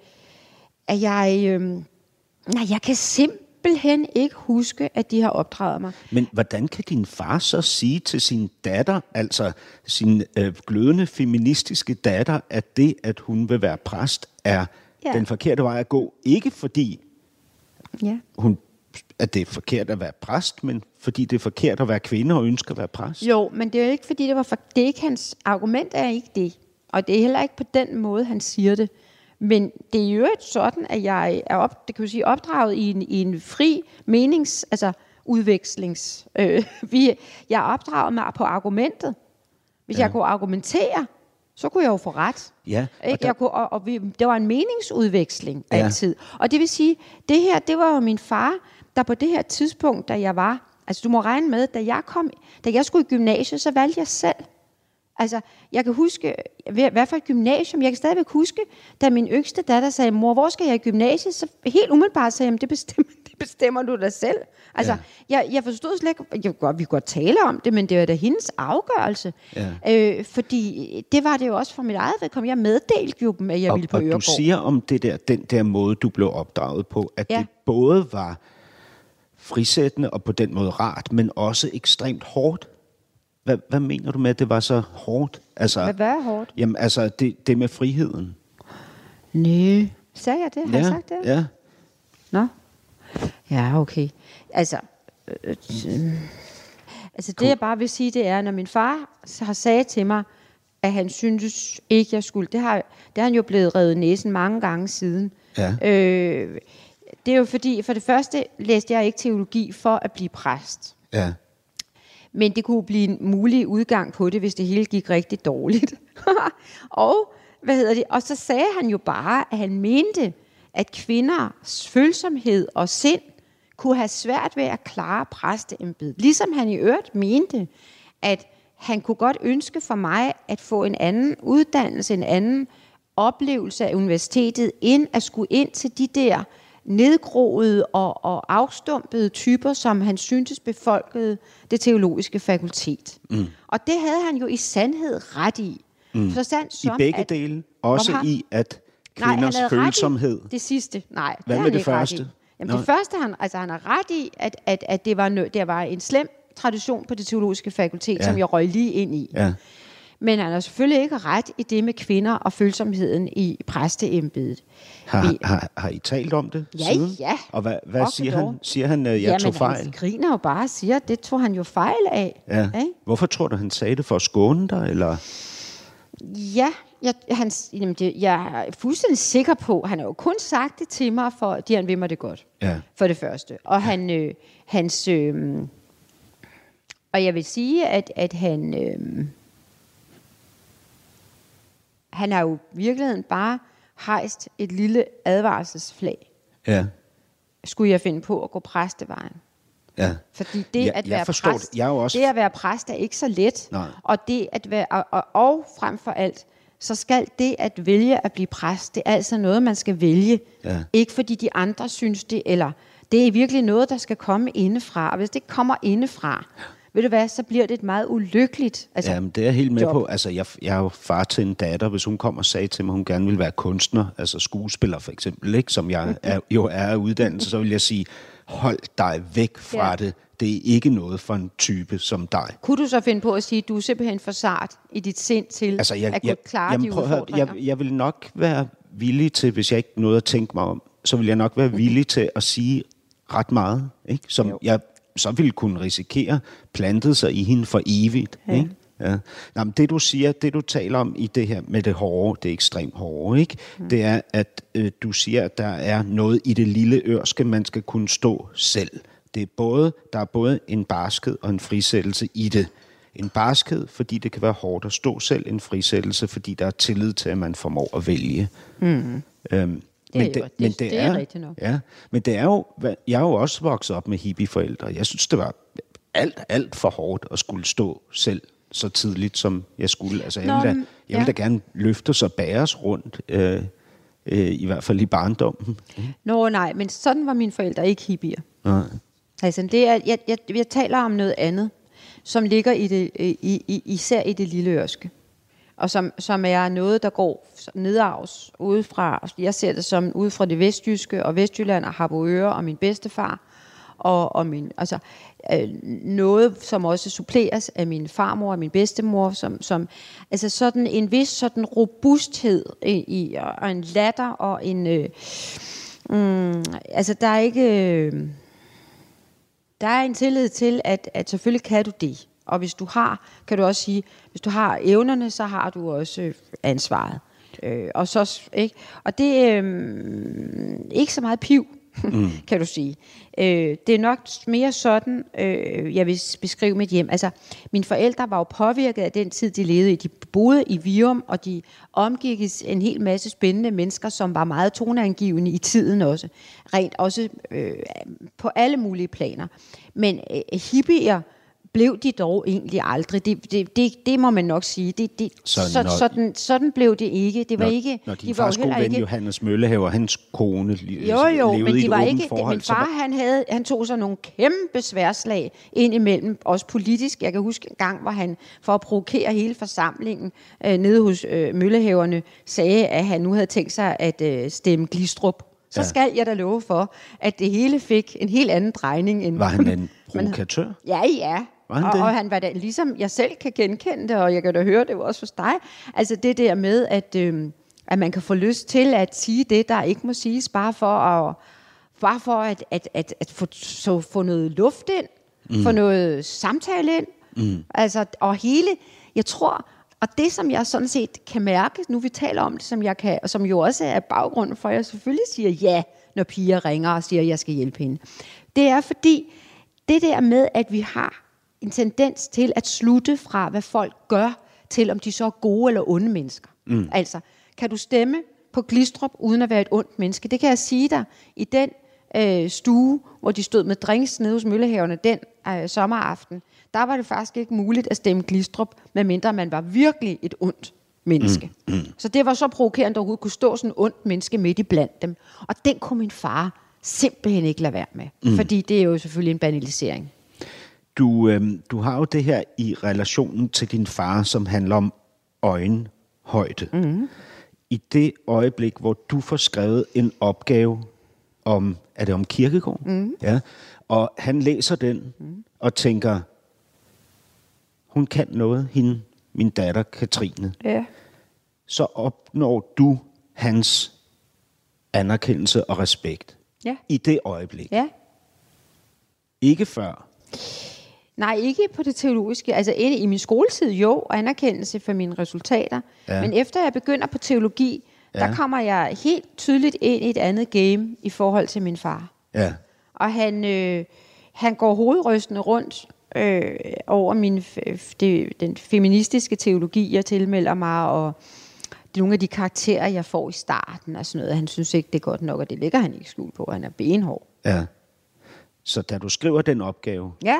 at jeg, øh, nej, jeg kan simpelthen simpelthen ikke huske, at de har opdraget mig. Men hvordan kan din far så sige til sin datter, altså sin øh, glødende feministiske datter, at det, at hun vil være præst, er ja. den forkerte vej at gå? Ikke fordi, ja. hun, at det er forkert at være præst, men fordi det er forkert at være kvinde og ønsker at være præst? Jo, men det er jo ikke fordi, det var for, det er ikke hans argument, er ikke det. Og det er heller ikke på den måde, han siger det. Men det er jo ikke sådan, at jeg er op, det kan jo sige, opdraget i en, i en fri menings, altså udvekslings. Øh, vi, jeg er opdraget med på argumentet. Hvis ja. jeg kunne argumentere, så kunne jeg jo få ret. Ja, og, ikke? Der... Jeg kunne, og, og vi, det var en meningsudveksling ja. altid. Og det vil sige, det her, det var jo min far, der på det her tidspunkt, da jeg var, altså du må regne med, da jeg kom, da jeg skulle i gymnasiet, så valgte jeg selv. Altså, jeg kan huske, hvad for et gymnasium, jeg kan stadigvæk huske, da min yngste datter sagde, mor, hvor skal jeg i gymnasiet? Så helt umiddelbart sagde jeg, det bestemmer, det bestemmer du dig selv. Altså, ja. jeg, jeg forstod slet ikke, jeg godt, vi kunne godt tale om det, men det var da hendes afgørelse. Ja. Øh, fordi det var det jo også for mit eget vedkommende. Jeg meddelte jo dem, at jeg og, ville på Øregård. Og du siger om det der, den der måde, du blev opdraget på, at ja. det både var frisættende og på den måde rart, men også ekstremt hårdt. Hvad, hvad mener du med, at det var så hårdt? Altså, hvad var hårdt? Jamen, altså, det, det med friheden. Næh. Sagde jeg det? Har ja, jeg sagt det? Ja. Nå? Ja, okay. Altså, øh, øh, altså det jeg bare vil sige, det er, når min far har sagt til mig, at han syntes ikke, jeg skulle. Det har, det har han jo blevet revet næsen mange gange siden. Ja. Øh, det er jo fordi, for det første læste jeg ikke teologi for at blive præst. Ja. Men det kunne blive en mulig udgang på det, hvis det hele gik rigtig dårligt. og, hvad hedder det? Og så sagde han jo bare, at han mente, at kvinders følsomhed og sind kunne have svært ved at klare præsteembedet. Ligesom han i øvrigt mente, at han kunne godt ønske for mig at få en anden uddannelse, en anden oplevelse af universitetet, end at skulle ind til de der nedgroede og, og afstumpede typer, som han syntes befolkede det teologiske fakultet. Mm. Og det havde han jo i sandhed ret i. Mm. Forstand som, I begge at, dele? Også har, i, at kvinders nej, følsomhed? Det sidste, nej. Hvad det med det første? Jamen, det første, han, altså, han har ret i, at, at, at det, var nø- det var en slem tradition på det teologiske fakultet, ja. som jeg røg lige ind i. Ja. Men han har selvfølgelig ikke ret i det med kvinder og følsomheden i præsteembedet. Har, Vi, har, har I talt om det ja, siden? Ja, Og hvad, hvad og siger dog. han? Siger han, at jeg Jamen, tog fejl? han griner jo bare og siger, at det tog han jo fejl af. Ja. Ikke? Hvorfor tror du, han sagde det for at skåne dig? Eller? Ja, jeg, han, jamen det, jeg er fuldstændig sikker på, han har jo kun sagt det til mig, for at han vil mig det godt, Ja. for det første. Og han, øh, hans, øh, og jeg vil sige, at, at han, øh, han har jo i virkeligheden bare hejst et lille advarselsflag. Ja. Skulle jeg finde på at gå præstevejen? Ja. Fordi det, Ja, at jeg være forstår præst, det. Jeg er jo også- det at være præst er ikke så let. Nej. Og det at være, og, og, og frem for alt, så skal det at vælge at blive præst, det er altså noget, man skal vælge. Ja. Ikke fordi de andre synes det, eller det er virkelig noget, der skal komme indefra. Og hvis det ikke kommer indefra, ved du hvad, så bliver det et meget ulykkeligt altså, Jamen, det er jeg helt med job. på. Altså, jeg, jeg er jo far til en datter. Hvis hun kom og sagde til mig, at hun gerne ville være kunstner, altså skuespiller for eksempel, ikke, som jeg er, jo er af uddannelse, så vil jeg sige, hold dig væk fra Ja. det. Det er ikke noget for en type som dig. Kunne du så finde på at sige, at du er simpelthen for sart i dit sind til Altså, jeg, at kunne jeg, klare jamen, de prøv at høre, udfordringer? jeg, jeg vil nok være villig til, hvis jeg ikke nåede at tænke mig om, så vil jeg nok være villig til at sige ret meget, ikke? Som Jo. jeg så ville kunne risikere plantet sig i hende for evigt. Ja. Ikke? Ja. Nå, men det du siger, det du taler om i det her med det hårde, det ekstremt hårde, ikke? Mm. Det er, at øh, du siger, at der er noget i det lille ørske, man skal kunne stå selv. Det er både, der er både en barskhed og en frisættelse i det. En barskhed, fordi det kan være hårdt at stå selv. En frisættelse, fordi der er tillid til, at man formår at vælge. Mm. Øhm, Det er men jo- det, det- men det, det er rigtigt nok. Ja, men det er jo, hvad- jeg er jo også vokset op med hippieforældre. Jeg synes, det var alt, alt for hårdt at skulle stå selv så tidligt, som jeg skulle. Altså, jeg Nå, ville da, men- jeg ville ja. da gerne løftes og bæres rundt, øh, øh, i hvert fald i barndommen. Nå nej, men sådan var mine forældre ikke hippier. Nej. Altså, det er, jeg, jeg, jeg taler om noget andet, som ligger i det, i, i, især i det lille ørske. Og som, som er noget, der går nedarvs udefra. Jeg ser det som ude fra det vestjyske og Vestjylland og Harboøre og min bedstefar. Og, og min, altså, øh, noget, som også suppleres af min farmor og min bedstemor. Som, som, altså sådan en vis sådan robusthed i, i, og en latter og en... Øh, mm, altså, der er ikke... Øh, Der er en tillid til, at, at selvfølgelig kan du det. Og hvis du har, kan du også sige, hvis du har evnerne, så har du også øh, ansvaret. Øh, og så ikke. Og det er øh, ikke så meget piv, mm. kan du sige. Øh, det er nok mere sådan, øh, jeg vil beskrive mit hjem. Altså, mine forældre var jo påvirket af den tid, de levede i. De boede i Virum, og de omgikkes en hel masse spændende mennesker, som var meget toneangivende i tiden også. Rent også øh, på alle mulige planer. Men øh, hippier blev de dog egentlig aldrig. Det, det, det, det må man nok sige. Det, det, Så så, når- sådan, sådan blev det ikke. Det var Når, ikke. når din de var jo fars gode heller ven ikke. Johannes Møllehaver, hans kone, li- Jo, jo, levede men i de et var åbent ikke. forhold. Min så far, var- han, havde, han tog sig nogle kæmpe sværslag ind imellem, også politisk. Jeg kan huske en gang, hvor han, for at provokere hele forsamlingen øh, nede hos øh, Møllehaverne, sagde, at han nu havde tænkt sig at øh, stemme Glistrup. Så Ja. skal jeg da love for, at det hele fik en helt anden drejning. End Var han en provokatør? Ja, ja. Var han og, det? og han var da, ligesom jeg selv kan genkende det, og jeg kan da høre det jo også hos dig. Altså det der med, at, øh, at man kan få lyst til at sige det, der ikke må siges, bare for at, bare for at, at, at, at få, så få noget luft ind, mm. få noget samtale ind. Mm. Altså, og hele, jeg tror, og det som jeg sådan set kan mærke, nu vi taler om det, som jeg kan, og som jo også er baggrunden for, at jeg selvfølgelig siger ja, når piger ringer og siger, at jeg skal hjælpe hende. Det er fordi, det der med, at vi har en tendens til at slutte fra, hvad folk gør, til om de så er gode eller onde mennesker. Mm. Altså, kan du stemme på Glistrup uden at være et ondt menneske? Det kan jeg sige dig. I den øh, stue, hvor de stod med drinks nede hos Møllehaverne den øh, sommeraften, der var det faktisk ikke muligt at stemme Glistrup, medmindre man var virkelig et ondt menneske. Mm. Mm. Så det var så provokerende, at der overhovedet kunne stå sådan en ondt menneske midt i blandt dem. Og den kunne min far simpelthen ikke lade være med. Mm. Fordi det er jo selvfølgelig en banalisering. Du, øh, du har jo det her i relationen til din far, som handler om øjenhøjde. Mm. I det øjeblik, hvor du får skrevet en opgave om, er det om Kierkegaard? Mm. Ja. Og han læser den mm. og tænker, hun kan noget, hende, min datter Katrine. Ja. Så opnår du hans anerkendelse og respekt. Ja. I det øjeblik. Ja. Ikke før. Nej, ikke på det teologiske. Altså inde i min skoletid, jo, anerkendelse for mine resultater. Ja. Men efter jeg begynder på teologi, ja. der kommer jeg helt tydeligt ind i et andet game i forhold til min far. Ja. Og han, øh, han går hovedrystende rundt øh, over min, det, den feministiske teologi, jeg tilmelder mig, og nogle af de karakterer, jeg får i starten og sådan noget. Han synes ikke, det er godt nok, og det ligger han ikke skjult på. Han er benhård. Ja. Så da du skriver den opgave... Ja.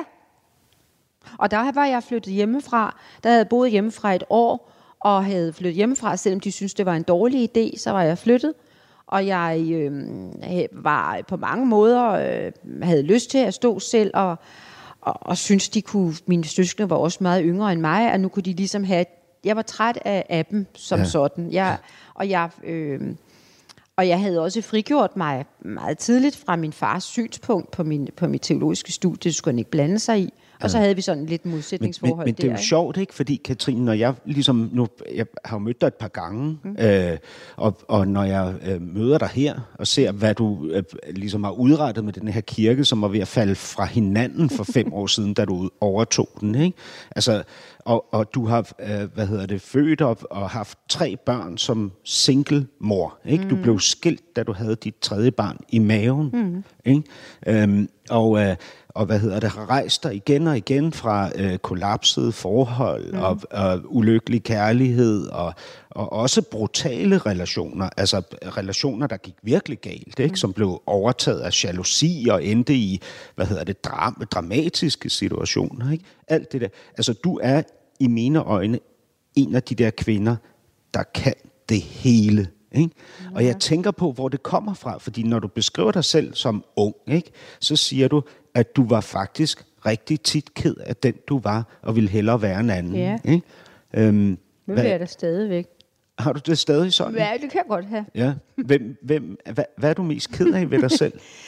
Og der var jeg flyttet hjemmefra. Der havde jeg boet hjemmefra et år, og havde flyttet hjemmefra, selvom de syntes, det var en dårlig idé, så var jeg flyttet. Og jeg øh, var på mange måder, øh, havde lyst til at stå selv, og, og, og syntes, de kunne, mine søskende var også meget yngre end mig, og nu kunne de ligesom have... Jeg var træt af, af dem som ja. sådan. Jeg, og jeg... Øh, Og jeg havde også frigjort mig meget tidligt fra min fars synspunkt på, min, på mit teologiske studie. Det skulle han ikke blande sig i. Og så havde vi sådan lidt modsætningsforhold men, men, men det er jo der, sjovt, ikke? Fordi Katrine, når jeg ligesom nu, jeg har mødt dig et par gange, mm. øh, og, og når jeg øh, møder dig her og ser, hvad du øh, ligesom har udrettet med den her kirke, som var ved at falde fra hinanden for fem år siden, da du overtog den, ikke? Altså, og, og du har, øh, hvad hedder det, født op og haft tre børn som single mor, ikke? Mm. Du blev skilt, da du havde dit tredje barn i maven, mm. ikke? Øhm, og øh, og hvad hedder det, har rejst dig igen og igen fra øh, kollapsede forhold mm. og, og ulykkelig kærlighed og, og også brutale relationer, altså relationer, der gik virkelig galt, ikke? Mm. Som blev overtaget af jalousi og endte i, hvad hedder det, dram- dramatiske situationer, ikke? Alt det der. Altså, du er i mine øjne en af de der kvinder, der kan det hele. Ikke? Ja. Og jeg tænker på, hvor det kommer fra, fordi når du beskriver dig selv som ung, ikke, så siger du, at du var faktisk rigtig tit ked af den, du var, og ville hellere være en anden. Ja. Ikke? Øhm, nu vil jeg da stadigvæk. Har du det stadig sådan? Ja, det kan jeg godt have. Ja. Hvem, hvem, hvad, hvad er du mest ked af ved dig selv?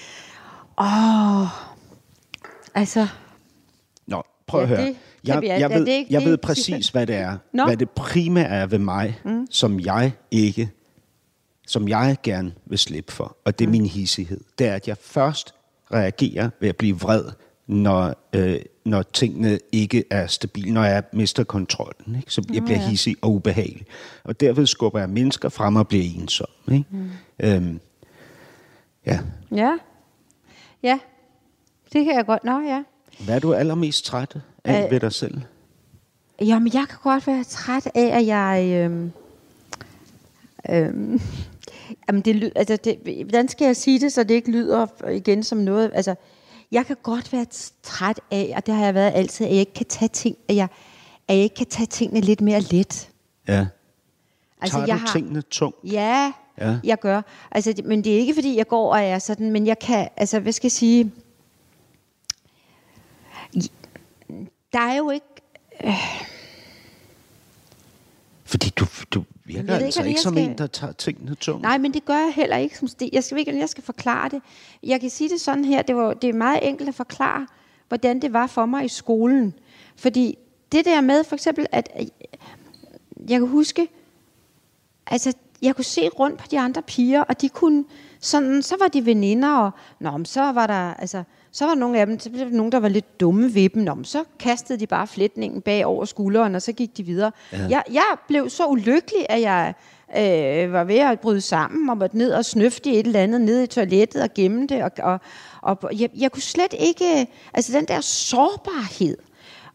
Åh, oh, altså... Nå, prøv ja, at høre. Det, jeg, vi, jeg, ja, ved, det, jeg det, ved præcis, hvad det er. Nå. Hvad det primære er ved mig, mm. som jeg ikke... som jeg gerne vil slippe for, og det er mm. min hissighed. Det er, at jeg først reagerer ved at blive vred, når, øh, når tingene ikke er stabile, når jeg mister kontrollen. Ikke? Så jeg bliver ja. hissig og ubehagelig. Og derved skubber jeg mennesker frem og bliver ensom. Ikke? Mm. Øhm, ja. Ja. Ja. Det kan jeg godt. Nå, ja. Hvad er du allermest træt af Æh, ved dig selv? Jamen, jeg kan godt være træt af, at jeg... Øh, øh, Jamen det, altså det, hvordan skal jeg sige det, så det ikke lyder igen som noget, altså jeg kan godt være træt af, og det har jeg været altid, at jeg ikke kan tage ting, at jeg, at jeg ikke kan tage tingene lidt mere let. Ja. Altså, Tager jeg du har, tingene tungt? Ja, ja, jeg gør. Altså, men det er ikke fordi jeg går og er sådan, men jeg kan, altså hvad skal jeg sige, der er jo ikke... Øh, Fordi du, du virker jeg altså ikke, ikke som skal... en, der tager tingene tungt. Nej, men det gør jeg heller ikke. Som jeg skal ikke, jeg skal forklare det. Jeg kan sige det sådan her, det, var, det er meget enkelt at forklare, hvordan det var for mig i skolen. Fordi det der med, for eksempel, at jeg kan huske, altså jeg kunne se rundt på de andre piger, og de kunne sådan, så var de veninder, og nå, så var der, altså, så var der nogle af dem, så blev der nogen, der var lidt dumme ved dem, nå, så kastede de bare flætningen bag over skulderen, og så gik de videre. Ja. Jeg, jeg blev så ulykkelig, at jeg øh, var ved at bryde sammen, og måtte ned og snøfte et eller andet ned i toilettet og gemme det, og, og, og jeg, jeg kunne slet ikke, altså den der sårbarhed,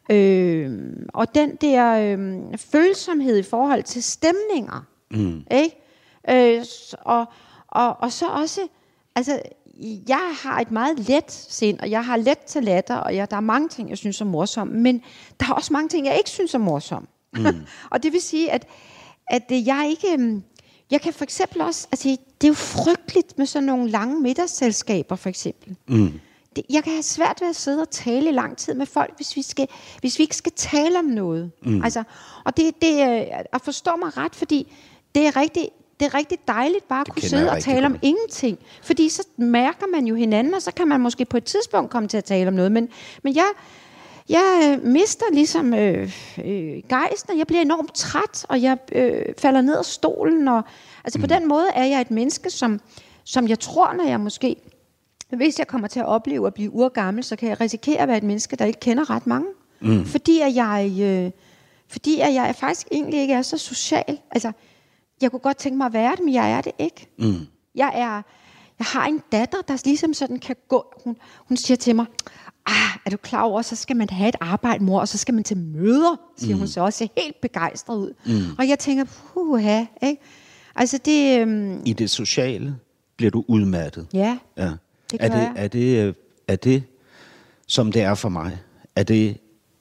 Øh, og den der øh, følsomhed i forhold til stemninger. Mm. Ikke? Øh, og, og, og så også, altså, jeg har et meget let sind, og jeg har let til latter, og jeg, der er mange ting, jeg synes er morsomme, men der er også mange ting, jeg ikke synes er morsomme. Mm. Og det vil sige, at, at jeg ikke... Jeg kan for eksempel også... Altså, det er jo frygteligt med sådan nogle lange middagsselskaber, for eksempel. Mm. Det, jeg kan have svært ved at sidde og tale i lang tid med folk, hvis vi, skal, hvis vi ikke skal tale om noget. Mm. Altså, og det, det at forstå mig ret, fordi det er rigtig... Det er rigtig dejligt bare at kunne sidde og tale om ingenting. Fordi så mærker man jo hinanden, og så kan man måske på et tidspunkt komme til at tale om noget. Men, men jeg, jeg mister ligesom øh, øh, gejsten, og jeg bliver enormt træt, og jeg øh, falder ned af stolen. Og, altså mm. på den måde er jeg et menneske, som, som jeg tror, når jeg måske... Hvis jeg kommer til at opleve at blive urgammel, så kan jeg risikere at være et menneske, der ikke kender ret mange. Mm. Fordi, at jeg, øh, fordi at jeg faktisk egentlig ikke er så social. Altså... Jeg kunne godt tænke mig at være det, men jeg er det ikke. Mm. Jeg er, jeg har en datter, der ligesom sådan kan gå. Hun, hun siger til mig, ah, er du klar over, så skal man have et arbejde, mor, og så skal man til møder, siger mm. hun så også. Ser helt begejstret ud. Mm. Og jeg tænker, puha, ikke? Altså det... Øhm... I det sociale bliver du udmattet. Ja, ja. det er gør det, jeg. Er det, er det, som det er for mig, er det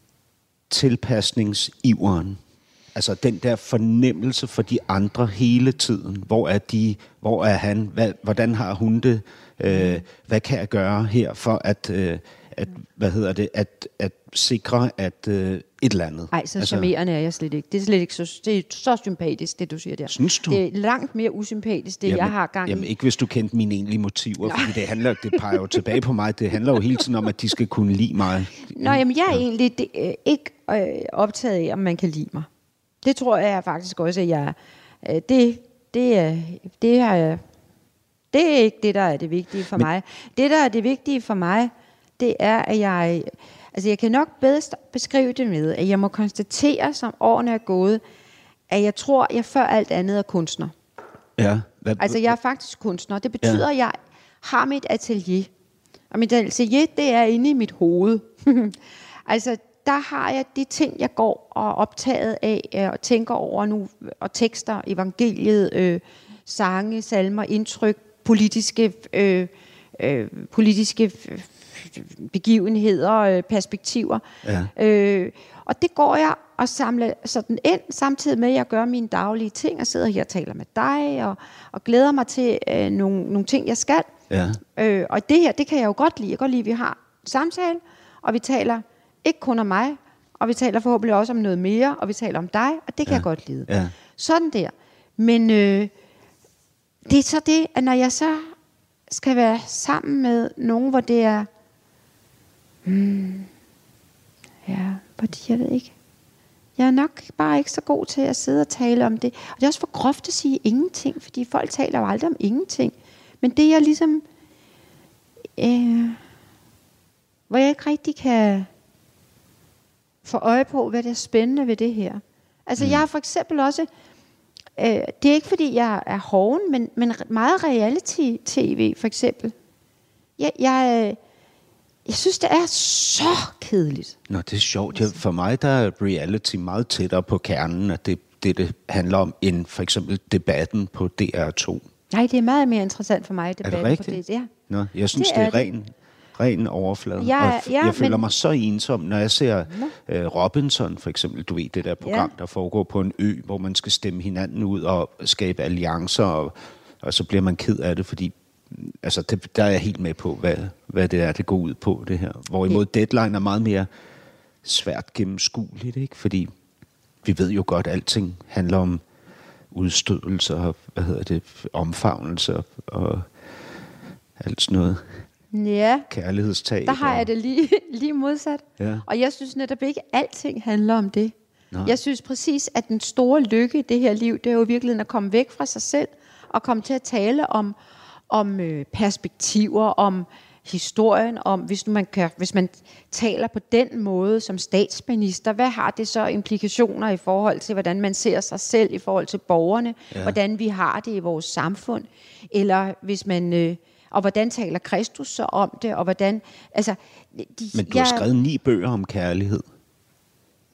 tilpasningsiveren? Altså den der fornemmelse for de andre hele tiden. Hvor er de? Hvor er han? Hvad, hvordan har hun det? Øh, hvad kan jeg gøre her for at, øh, at hvad hedder det, at, at sikre at øh, et eller andet? Nej, så altså, charmerende er jeg slet ikke. Det er slet ikke så, det er så sympatisk, det du siger der. Synes du? Det er langt mere usympatisk, det jamen, jeg har gang i. Jamen ikke hvis du kendte mine egentlige motiver, Nå. fordi det handler, det peger jo tilbage på mig. Det handler jo hele tiden om, at de skal kunne lide mig. Nå, jamen jeg er ja. egentlig det, øh, ikke øh, optaget af, om man kan lide mig. Det tror jeg faktisk også, at jeg... Øh, det, det, er, det, er, det er ikke det, der er det vigtige for Men, mig. Det, der er det vigtige for mig, det er, at jeg... Altså, jeg kan nok bedst beskrive det med, at jeg må konstatere, som årene er gået, at jeg tror, at jeg før alt andet er kunstner. Ja. Hvad, altså, jeg er faktisk kunstner. Det betyder, ja. at jeg har mit atelier. Og mit atelier, det er inde i mit hoved. altså... Der har jeg de ting, jeg går og optaget af og tænker over nu, og tekster, evangeliet, øh, sange, salmer, indtryk, politiske, øh, øh, politiske begivenheder, øh, perspektiver. Ja. Øh, og det går jeg og samler sådan ind, samtidig med, at jeg gør mine daglige ting, og sidder her og taler med dig, og, og glæder mig til øh, nogle, nogle ting, jeg skal. Ja. Øh, og det her, det kan jeg jo godt lide. Jeg kan godt lide, at vi har samtale, og vi taler ikke kun om mig, og vi taler forhåbentlig også om noget mere, og vi taler om dig, og det kan ja. jeg godt lide. Ja. Sådan der. Men øh, det er så det, at når jeg så skal være sammen med nogen, hvor det er... Hmm, ja, fordi jeg ved ikke. Jeg er nok bare ikke så god til at sidde og tale om det. Og det er også for groft at sige ingenting, fordi folk taler jo aldrig om ingenting. Men det er ligesom... Øh, hvor jeg ikke rigtig kan... få øje på, hvad det er spændende ved det her. Altså, mm. jeg har for eksempel også... Øh, det er ikke, fordi jeg er hoven, men, men meget reality-tv, for eksempel. Jeg, jeg, jeg synes, det er så kedeligt. Nå, det er sjovt. Altså. For mig der er reality meget tættere på kernen, at det, det, det handler om, end for eksempel debatten på D R to. Nej, det er meget mere interessant for mig, debatten er det på D R to. Ja. Nå, jeg synes, det, det er, er ren... ren overflade. Ja, og f- ja, jeg føler men... mig så ensom, når jeg ser øh, Robinson, for eksempel, du ved, det der program, ja. der foregår på en ø, hvor man skal stemme hinanden ud og skabe alliancer, og, og så bliver man ked af det, fordi altså, det, der er jeg helt med på, hvad, hvad det er, det går ud på, det her. Hvorimod ja. Deadline er meget mere svært gennemskueligt, ikke? Fordi vi ved jo godt, at alting handler om udstødelser og, hvad hedder det, omfavnelser og alt sådan noget. Ja, kærlighedstab. Der har jeg det lige, lige modsat. Ja. Og jeg synes netop ikke, at alting handler om det. Nå. Jeg synes præcis, at den store lykke i det her liv, det er jo virkelig at komme væk fra sig selv, og komme til at tale om, om øh, perspektiver, om historien, om hvis man, kan, hvis man taler på den måde som statsminister, hvad har det så implikationer i forhold til, hvordan man ser sig selv, i forhold til borgerne, ja. Hvordan vi har det i vores samfund, eller hvis man... Øh, og hvordan taler Kristus så om det, og hvordan... Altså, de, Men du har jeg, skrevet ni bøger om kærlighed.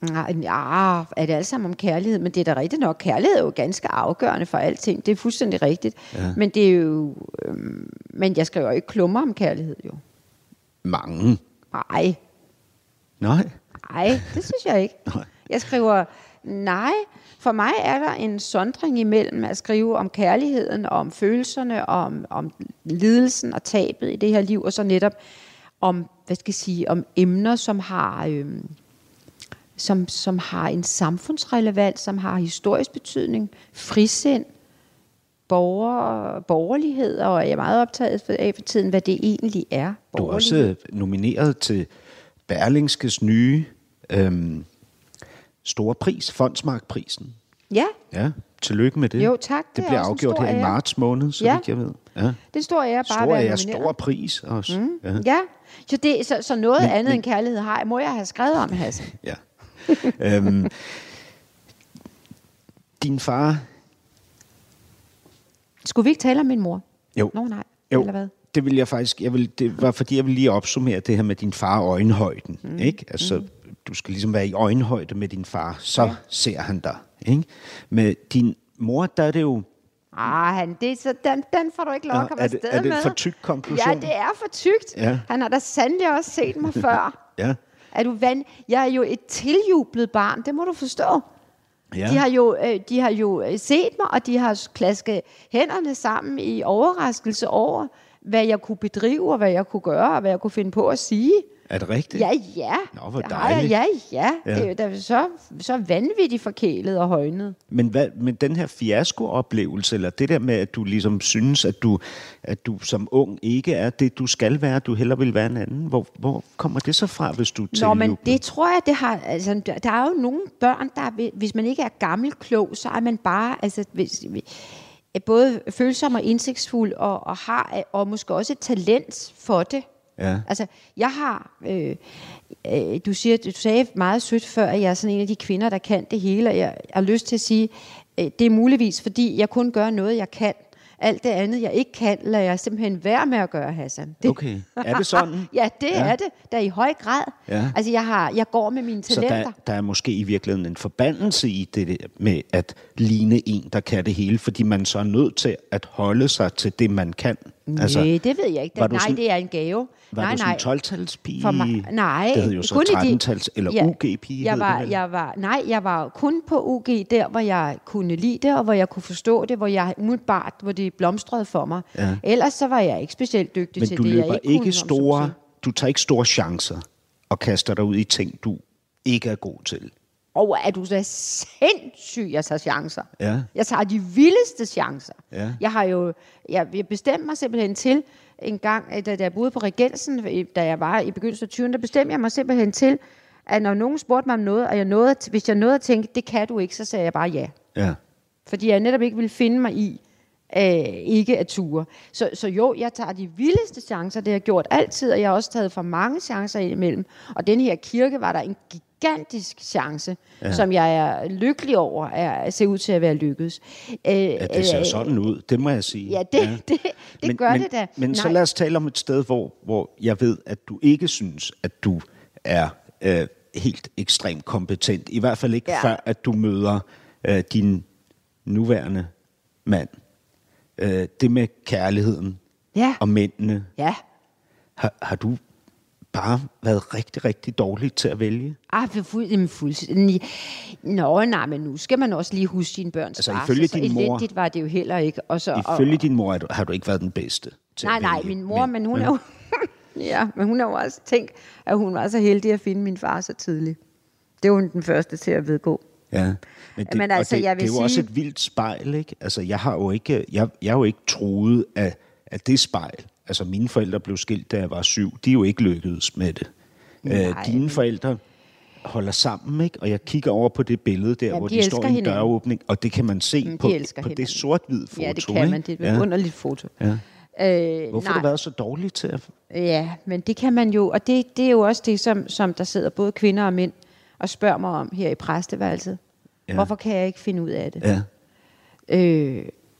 Nej, ja, er det alt sammen om kærlighed, men det er da rigtigt nok. Kærlighed er jo ganske afgørende for alting. Det er fuldstændig rigtigt. Ja. Men det er jo... Øhm, men jeg skriver jo ikke klummer om kærlighed, jo. Mange. Nej. Nej. Nej, det synes jeg ikke. Nej. Jeg skriver... Nej, for mig er der en sondring imellem at skrive om kærligheden, om følelserne, om, om lidelsen og tabet i det her liv, og så netop om, hvad skal jeg sige, om emner, som har... Øhm, Som, som har en samfundsrelevans, som har historisk betydning, frisind, borger, borgerlighed, og jeg er meget optaget af for tiden, hvad det egentlig er. Du er også nomineret til Berlingskes nye øhm, store pris, Fondsmarkprisen. Ja. Ja, tillykke med det. Jo, tak. Det, det bliver afgjort her i marts måned, så ja. vidt jeg ved. Ja. Det er stor ære bare stor at være ære, nomineret. Stor pris også. Mm. Ja. ja. Så, det, så, så noget men, andet men, end kærlighed har må jeg have skrevet om, Hasse. Ja. øhm, din far... Skulle vi ikke tale om min mor? Jo. Nå nej, jo. Eller hvad? Det vil jeg faktisk... Jeg vil, det var fordi, jeg vil lige opsummere det her med din far og øjenhøjden. Mm. Ikke? Altså, mm. du skal ligesom være i øjenhøjde med din far, så ja. ser han dig. Ikke? Med din mor, der er det jo... Ah, han, det, så den, den får du ikke lov at komme afsted med. Er det en for tyk konklusion? Ja, det er for tykt. Ja. Han har da sandelig også set mig før. Ja. Er du vand? Jeg er jo et tiljublet barn, det må du forstå. Ja. De har jo, øh, de har jo set mig, og de har klasket hænderne sammen i overraskelse over, hvad jeg kunne bedrive, og hvad jeg kunne gøre, og hvad jeg kunne finde på at sige. Er det rigtigt? Ja, ja. Nå, hvor dejligt. Ja, ja, ja. Det er jo da så, så vanvittigt forkælet og højnet. Men hvad med den her fiasko-oplevelse, eller det der med, at du ligesom synes, at du, at du som ung ikke er det, du skal være, du hellere vil være en anden? Hvor, hvor kommer det så fra, hvis du Nå, men det tror jeg, det har... Altså, der er jo nogle børn, der... Hvis man ikke er gammelklog, så er man bare... Altså, hvis, både følsom og indsigtsfuld, og, og har og måske også et talent for det. Ja. Altså, jeg har, øh, øh, du siger, du sagde meget sødt før, at jeg er sådan en af de kvinder, der kan det hele, og jeg har lyst til at sige, øh, det er muligvis, fordi jeg kun gør noget, jeg kan. Alt det andet, jeg ikke kan, lader jeg simpelthen være med at gøre, Hassan. Det. Okay, er det sådan? Ja, det ja. er det. Der er i høj grad. Ja. Altså, jeg, har, jeg går med mine talenter. Så der, der er måske i virkeligheden en forbandelse i det med at ligne en, der kan det hele, fordi man så er nødt til at holde sig til det, man kan. Nej, altså, det ved jeg ikke. Nej, sådan, det er en gave. Var nej, du sådan en tolv-talspige? Nej. Det hed jo så tretten-tals, eller ja, U G-pige. Jeg var, jeg var, nej, jeg var kun på U G, der hvor jeg kunne lide det, og hvor jeg kunne forstå det, hvor jeg umiddelbart, hvor det blomstrede for mig. Ja. Ellers så var jeg ikke specielt dygtig Men til du det. løber jeg ikke, ikke store, du tager ikke store chancer og kaster dig ud i ting, du ikke er god til. Og er du så sindssyg, jeg tager chancer. Ja. Jeg tager de vildeste chancer. Ja. Jeg har jo, jeg, jeg bestemte mig simpelthen til, en gang, da jeg boede på Regensen, da jeg var i begyndelsen af tyverne, der bestemte jeg mig simpelthen til, at når nogen spurgte mig om noget, og jeg nåede, hvis jeg nåede at tænke, det kan du ikke, så sagde jeg bare ja. Ja. Fordi jeg netop ikke ville finde mig i, øh, ikke at ture. Så, så jo, jeg tager de vildeste chancer, det har jeg gjort altid, og jeg har også taget for mange chancer imellem. Og den her kirke var der en gigantisk chance, ja. som jeg er lykkelig over, at se ud til at være lykkedes. Øh, ja, det ser øh, sådan ud, det må jeg sige. Ja, det, ja. det, det, det men, gør men, det da. Men Nej. så lad os tale om et sted, hvor, hvor jeg ved, at du ikke synes, at du er øh, helt ekstremt kompetent. I hvert fald ikke ja. før, at du møder øh, din nuværende mand. Øh, det med kærligheden ja. og mændene. Ja. Har, har du bare været rigtig, rigtig dårlig til at vælge? Ah, fuld, fuldstændig. Nå, nej, men nu skal man også lige huske sine børns altså, far. Ifølge så din mor, elendigt var det jo heller ikke. Og så, ifølge og, din mor har du ikke været den bedste til nej, at vælge. Nej, min mor, men, men hun ja. er jo... ja, men hun har jo også tænkt, at hun var så heldig at finde min far så tidligt. Det var hun den første til at vedgå. Ja, men det, men altså, det, jeg vil det er jo sige... også et vildt spejl, ikke? Altså, jeg har jo ikke, jeg, jeg er jo ikke troet af, af det spejl. Altså, mine forældre blev skilt, da jeg var syv. De er jo ikke lykkedes med det. Øh, dine forældre holder sammen, ikke? Og jeg kigger over på det billede der, ja, hvor de, de står i en døråbning, og det kan man se mm, på, på det sort-hvide foto. Ja, det kan man. Det er et ja. underligt foto. Ja. Øh, Hvorfor har du været så dårlig til at... Ja, men det kan man jo, og det, det er jo også det, som, som der sidder både kvinder og mænd og spørger mig om her i præsteværelset. Ja. Hvorfor kan jeg ikke finde ud af det? Ja. Øh,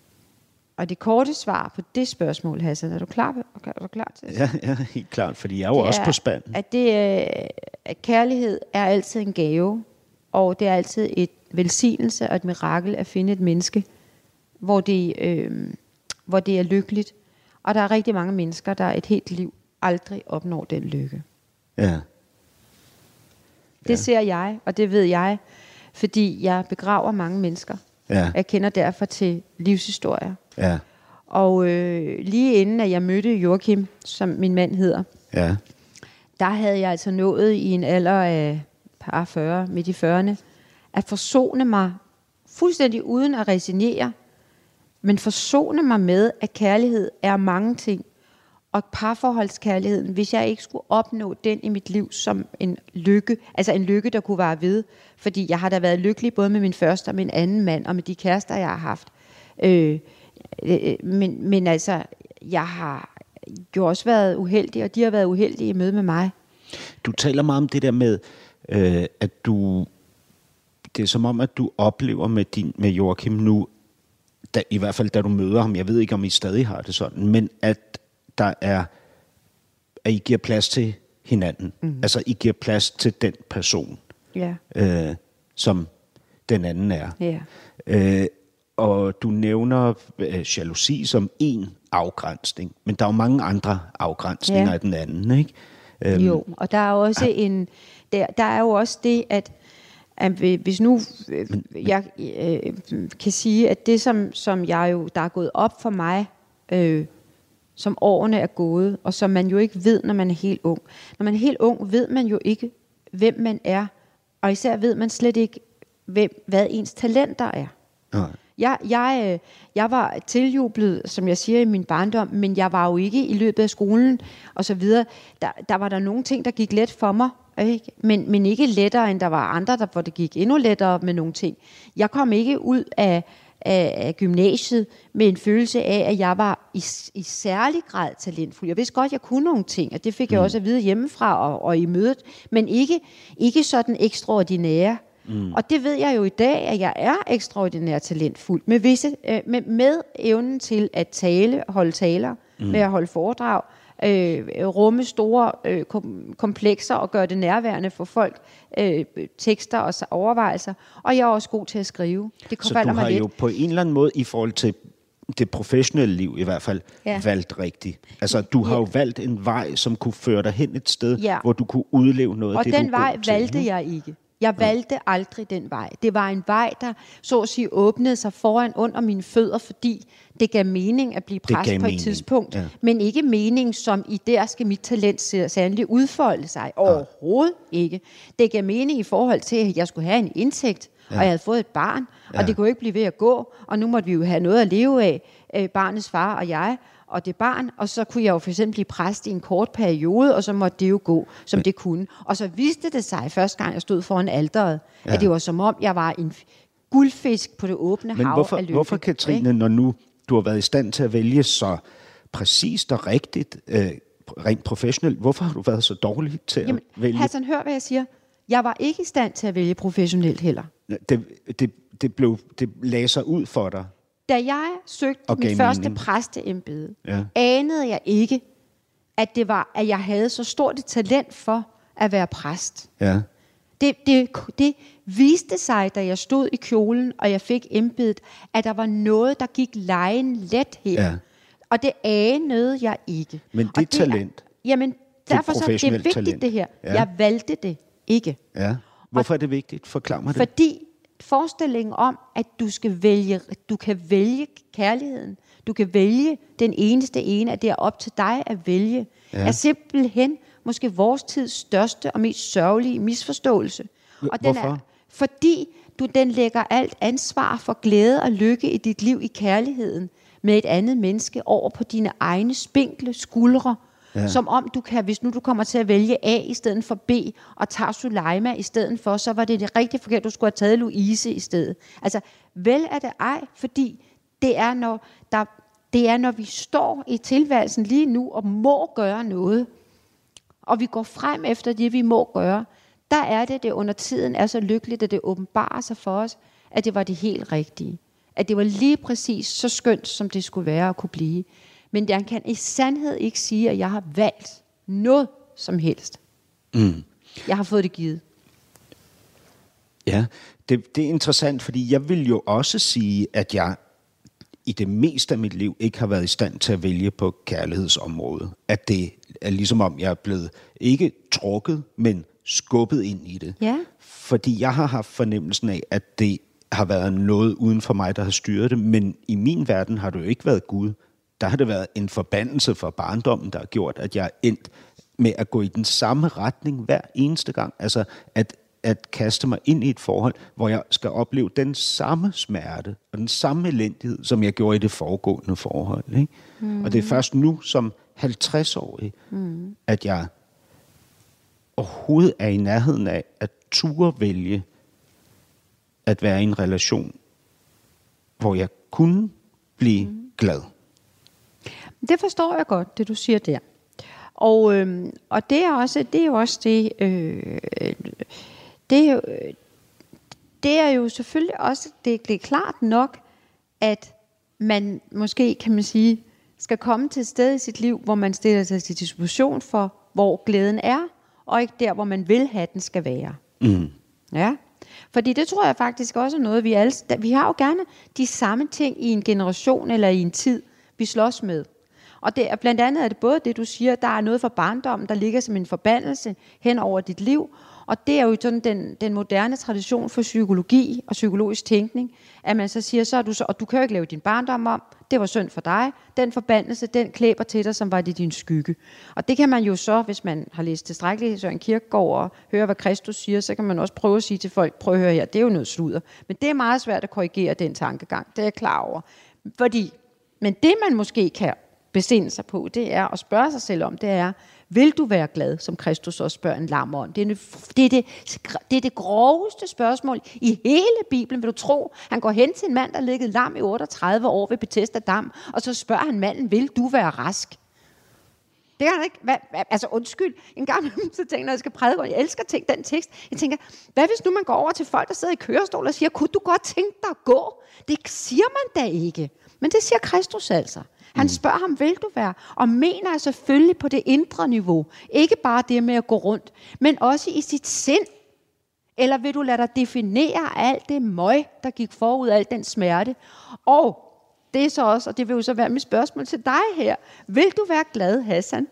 og det korte svar på det spørgsmål, Hassan, er du klar, er du klar til det? Ja, ja, helt klart, fordi jeg er jo det også er, på spanden. At, det, at kærlighed er altid en gave, og det er altid et velsignelse og et mirakel at finde et menneske, hvor det, øh, hvor det er lykkeligt. Og der er rigtig mange mennesker, der et helt liv aldrig opnår den lykke. Ja. Det ja. ser jeg, og det ved jeg, fordi jeg begraver mange mennesker. Ja. Jeg kender derfor til livshistorier. Ja. Og øh, lige inden at jeg mødte Joachim, som min mand hedder, Ja. der havde jeg altså nået i en alder af par fyrre, midt i fyrrerne, at forsone mig fuldstændig uden at resignere, men forsone mig med, at kærlighed er mange ting. Og parforholdskærligheden, hvis jeg ikke skulle opnå den i mit liv som en lykke, altså en lykke, der kunne vare ved, fordi jeg har da været lykkelig både med min første og min anden mand, og med de kærester, jeg har haft. Øh, øh, men, men altså, jeg har jo også været uheldig, og de har været uheldige i møde med mig. Du taler meget om det der med, øh, at du, det er som om, at du oplever med, din, med Joachim nu, da, i hvert fald da du møder ham, jeg ved ikke, om I stadig har det sådan, men at der er, at I giver plads til hinanden. Mm. Altså, I giver plads til den person, Ja. øh, som den anden er. Ja. Øh, og du nævner øh, jalousi som en afgrænsning, men der er jo mange andre afgrænsninger Ja. af den anden, ikke? Øhm, Jo, og der er også ja. en, der, der er jo også det, at, at hvis nu øh, jeg øh, kan sige, at det som, som jeg jo, der er gået op for mig, øh, som årene er gået, og som man jo ikke ved, når man er helt ung. Når man er helt ung, ved man jo ikke, hvem man er, og især ved man slet ikke, hvem, hvad ens talenter er. Nej. Jeg, jeg, jeg var tiljublet, som jeg siger, i min barndom, men jeg var jo ikke i løbet af skolen og så videre. Der, der var der nogle ting, der gik let for mig, ikke? Men, men ikke lettere, end der var andre, der, hvor det gik endnu lettere med nogle ting. Jeg kom ikke ud af, af, af gymnasiet med en følelse af, at jeg var i, i særlig grad talentfuld. Jeg vidste godt, at jeg kunne nogle ting, og det fik mm. jeg også at vide hjemmefra og, og i mødet, men ikke, ikke sådan ekstraordinære. Mm. Og det ved jeg jo i dag, at jeg er ekstraordinært talentfuld, med, visse, øh, med, med evnen til at tale, holde taler, mm. med at holde foredrag, øh, rumme store øh, kom, komplekser og gøre det nærværende for folk, øh, tekster og overvejelser. Og jeg er også god til at skrive. Det Så du har jo på en eller anden måde, i forhold til det professionelle liv i hvert fald, ja. valgt rigtigt. Altså, du har ja. jo valgt en vej, som kunne føre dig hen et sted, ja. hvor du kunne udleve noget og af det, den du vej til, valgte ikke? jeg ikke. Jeg valgte aldrig den vej. Det var en vej, der så at sige åbnede sig foran under mine fødder, fordi det gav mening at blive præst på et mening. tidspunkt. Ja. Men ikke mening, som i der skal mit talent sandelig udfolde sig. Overhovedet ja. ikke. Det gav mening i forhold til, at jeg skulle have en indtægt, ja. og jeg havde fået et barn, ja. og det kunne ikke blive ved at gå, og nu måtte vi jo have noget at leve af, øh, barnets far og jeg, og det barn, og så kunne jeg jo for eksempel blive præst i en kort periode, og så måtte det jo gå, som det kunne. Og så viste det sig første gang, jeg stod foran alteret, ja. at det var som om, jeg var en guldfisk på det åbne Men hav hvorfor, af lykke. hvorfor, Katrine, når nu du har været i stand til at vælge så præcist og rigtigt, øh, rent professionelt, hvorfor har du været så dårlig til Jamen, at vælge? Hassan, hør, hvad jeg siger. Jeg var ikke i stand til at vælge professionelt heller. Det, det, det, blev, det lagde sig ud for dig. Da jeg søgte mit første præsteembede, ja. anede jeg ikke, at det var, at jeg havde så stort et talent for at være præst. Ja. Det, det, det viste sig, da jeg stod i kjolen, og jeg fik embedet, at der var noget, der gik lejen let her. Ja. Og det anede jeg ikke. Men det, det talent, jamen, derfor så det er vigtigt talent. Det her. Ja. Jeg valgte det ikke. Ja. Hvorfor og, er det vigtigt? Forklar mig det. Fordi forestillingen om, at du skal vælge, du kan vælge kærligheden, du kan vælge den eneste ene, at det er op til dig at vælge, ja. er simpelthen måske vores tids største og mest sørgelige misforståelse. Og den Hvorfor? Er, fordi du den lægger alt ansvar for glæde og lykke i dit liv i kærligheden med et andet menneske over på dine egne spinkle skuldre. Ja. Som om du kan, hvis nu du kommer til at vælge A i stedet for B, og tager Suleima i stedet for, så var det det rigtig forkert, du skulle have taget Louise i stedet. Altså, vel er det ej, fordi det er, når, der, det er, når vi står i tilværelsen lige nu, og må gøre noget, og vi går frem efter det, vi må gøre, der er det, det under tiden er så lykkeligt, at det åbenbarer sig for os, at det var det helt rigtige. At det var lige præcis så skønt, som det skulle være at kunne blive. Men jeg kan i sandhed ikke sige, at jeg har valgt noget som helst. Mm. Jeg har fået det givet. Ja, det, det er interessant, fordi jeg vil jo også sige, at jeg i det meste af mit liv ikke har været i stand til at vælge på kærlighedsområdet. At det er ligesom om, jeg er blevet ikke trukket, men skubbet ind i det. Ja. Fordi jeg har haft fornemmelsen af, at det har været noget uden for mig, der har styret det, men i min verden har det jo ikke været Gud. Der har det været en forbandelse for barndommen, der har gjort, at jeg er endt med at gå i den samme retning hver eneste gang. Altså at, at kaste mig ind i et forhold, hvor jeg skal opleve den samme smerte og den samme elendighed, som jeg gjorde i det foregående forhold. Ikke? Mm. Og det er først nu som halvtreds-årig, mm. at jeg overhovedet er i nærheden af at turde vælge at være i en relation, hvor jeg kunne blive mm. glad. Det forstår jeg godt, det du siger der. Og, øhm, og det er også det er jo også det øh, det er jo, det er jo selvfølgelig også det, det er klart nok, at man måske, kan man sige, skal komme til et sted i sit liv, hvor man stiller sig til disposition for, hvor glæden er, og ikke der, hvor man vil have den skal være. Mm. Ja. Fordi det tror jeg faktisk også er noget, vi alle, vi har jo gerne de samme ting i en generation eller i en tid, vi slås med. Og det er blandt andet er det både det, du siger, der er noget fra barndommen, der ligger som en forbandelse hen over dit liv. Og det er jo sådan den, den moderne tradition for psykologi og psykologisk tænkning, at man så siger, så er du så, og du kan jo ikke lave din barndom om, det var synd for dig, den forbandelse, den klæber til dig, som var det din skygge. Og det kan man jo så, hvis man har læst tilstrækkeligt Søren Kierkegaard og hører, hvad Kristus siger, så kan man også prøve at sige til folk, prøv at høre her, det er jo noget sludder. Men det er meget svært at korrigere den tankegang, det er jeg klar over. Fordi, men det man måske kan besinde sig på, det er at spørge sig selv om, det er, vil du være glad, som Kristus også spørger en lam om? Det er det, det, det er det groveste spørgsmål i hele Bibelen, vil du tro. Han går hen til en mand, der ligget lam i otteogtredive år ved Bethesda Dam, og så spørger han manden, vil du være rask? Det kan han ikke. Hvad, hvad, altså undskyld, en gang så tænker jeg, når jeg skal prædike, og jeg elsker tænke, den tekst, jeg tænker, hvad hvis nu man går over til folk, der sidder i kørestol og siger, kunne du godt tænke dig at gå? Det siger man da ikke. Men det siger Kristus altså. Han spørger ham, vil du være? Og mener jeg selvfølgelig på det indre niveau. Ikke bare det med at gå rundt, men også i sit sind. Eller vil du lade dig definere alt det møg, der gik forud, alt den smerte? Og det er så også, og det vil jo så være mit spørgsmål til dig her. Vil du være glad, Hassan?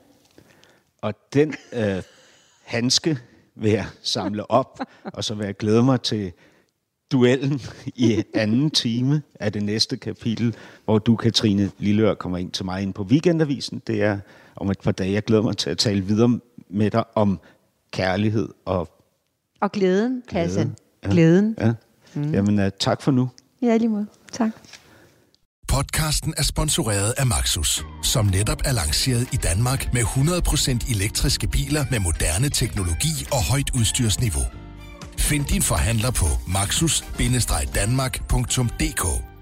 Og den øh, handske vil jeg samle op, og så vil jeg glæde mig til duellen i anden time af det næste kapitel, hvor du, Katrine Lilleør, kommer ind til mig ind på Weekendavisen. Det er om et par dage. Jeg glæder mig til at tale videre med dig om kærlighed og... Og glæden, Hassan. Ja. Glæden. Ja. Mm. Jamen, uh, tak for nu. Ja, lige måde. Tak. Podcasten er sponsoreret af Maxus, som netop er lanceret i Danmark med hundrede procent elektriske biler med moderne teknologi og højt udstyrsniveau. Find din forhandler på maxus bindestreg danmark punktum d k.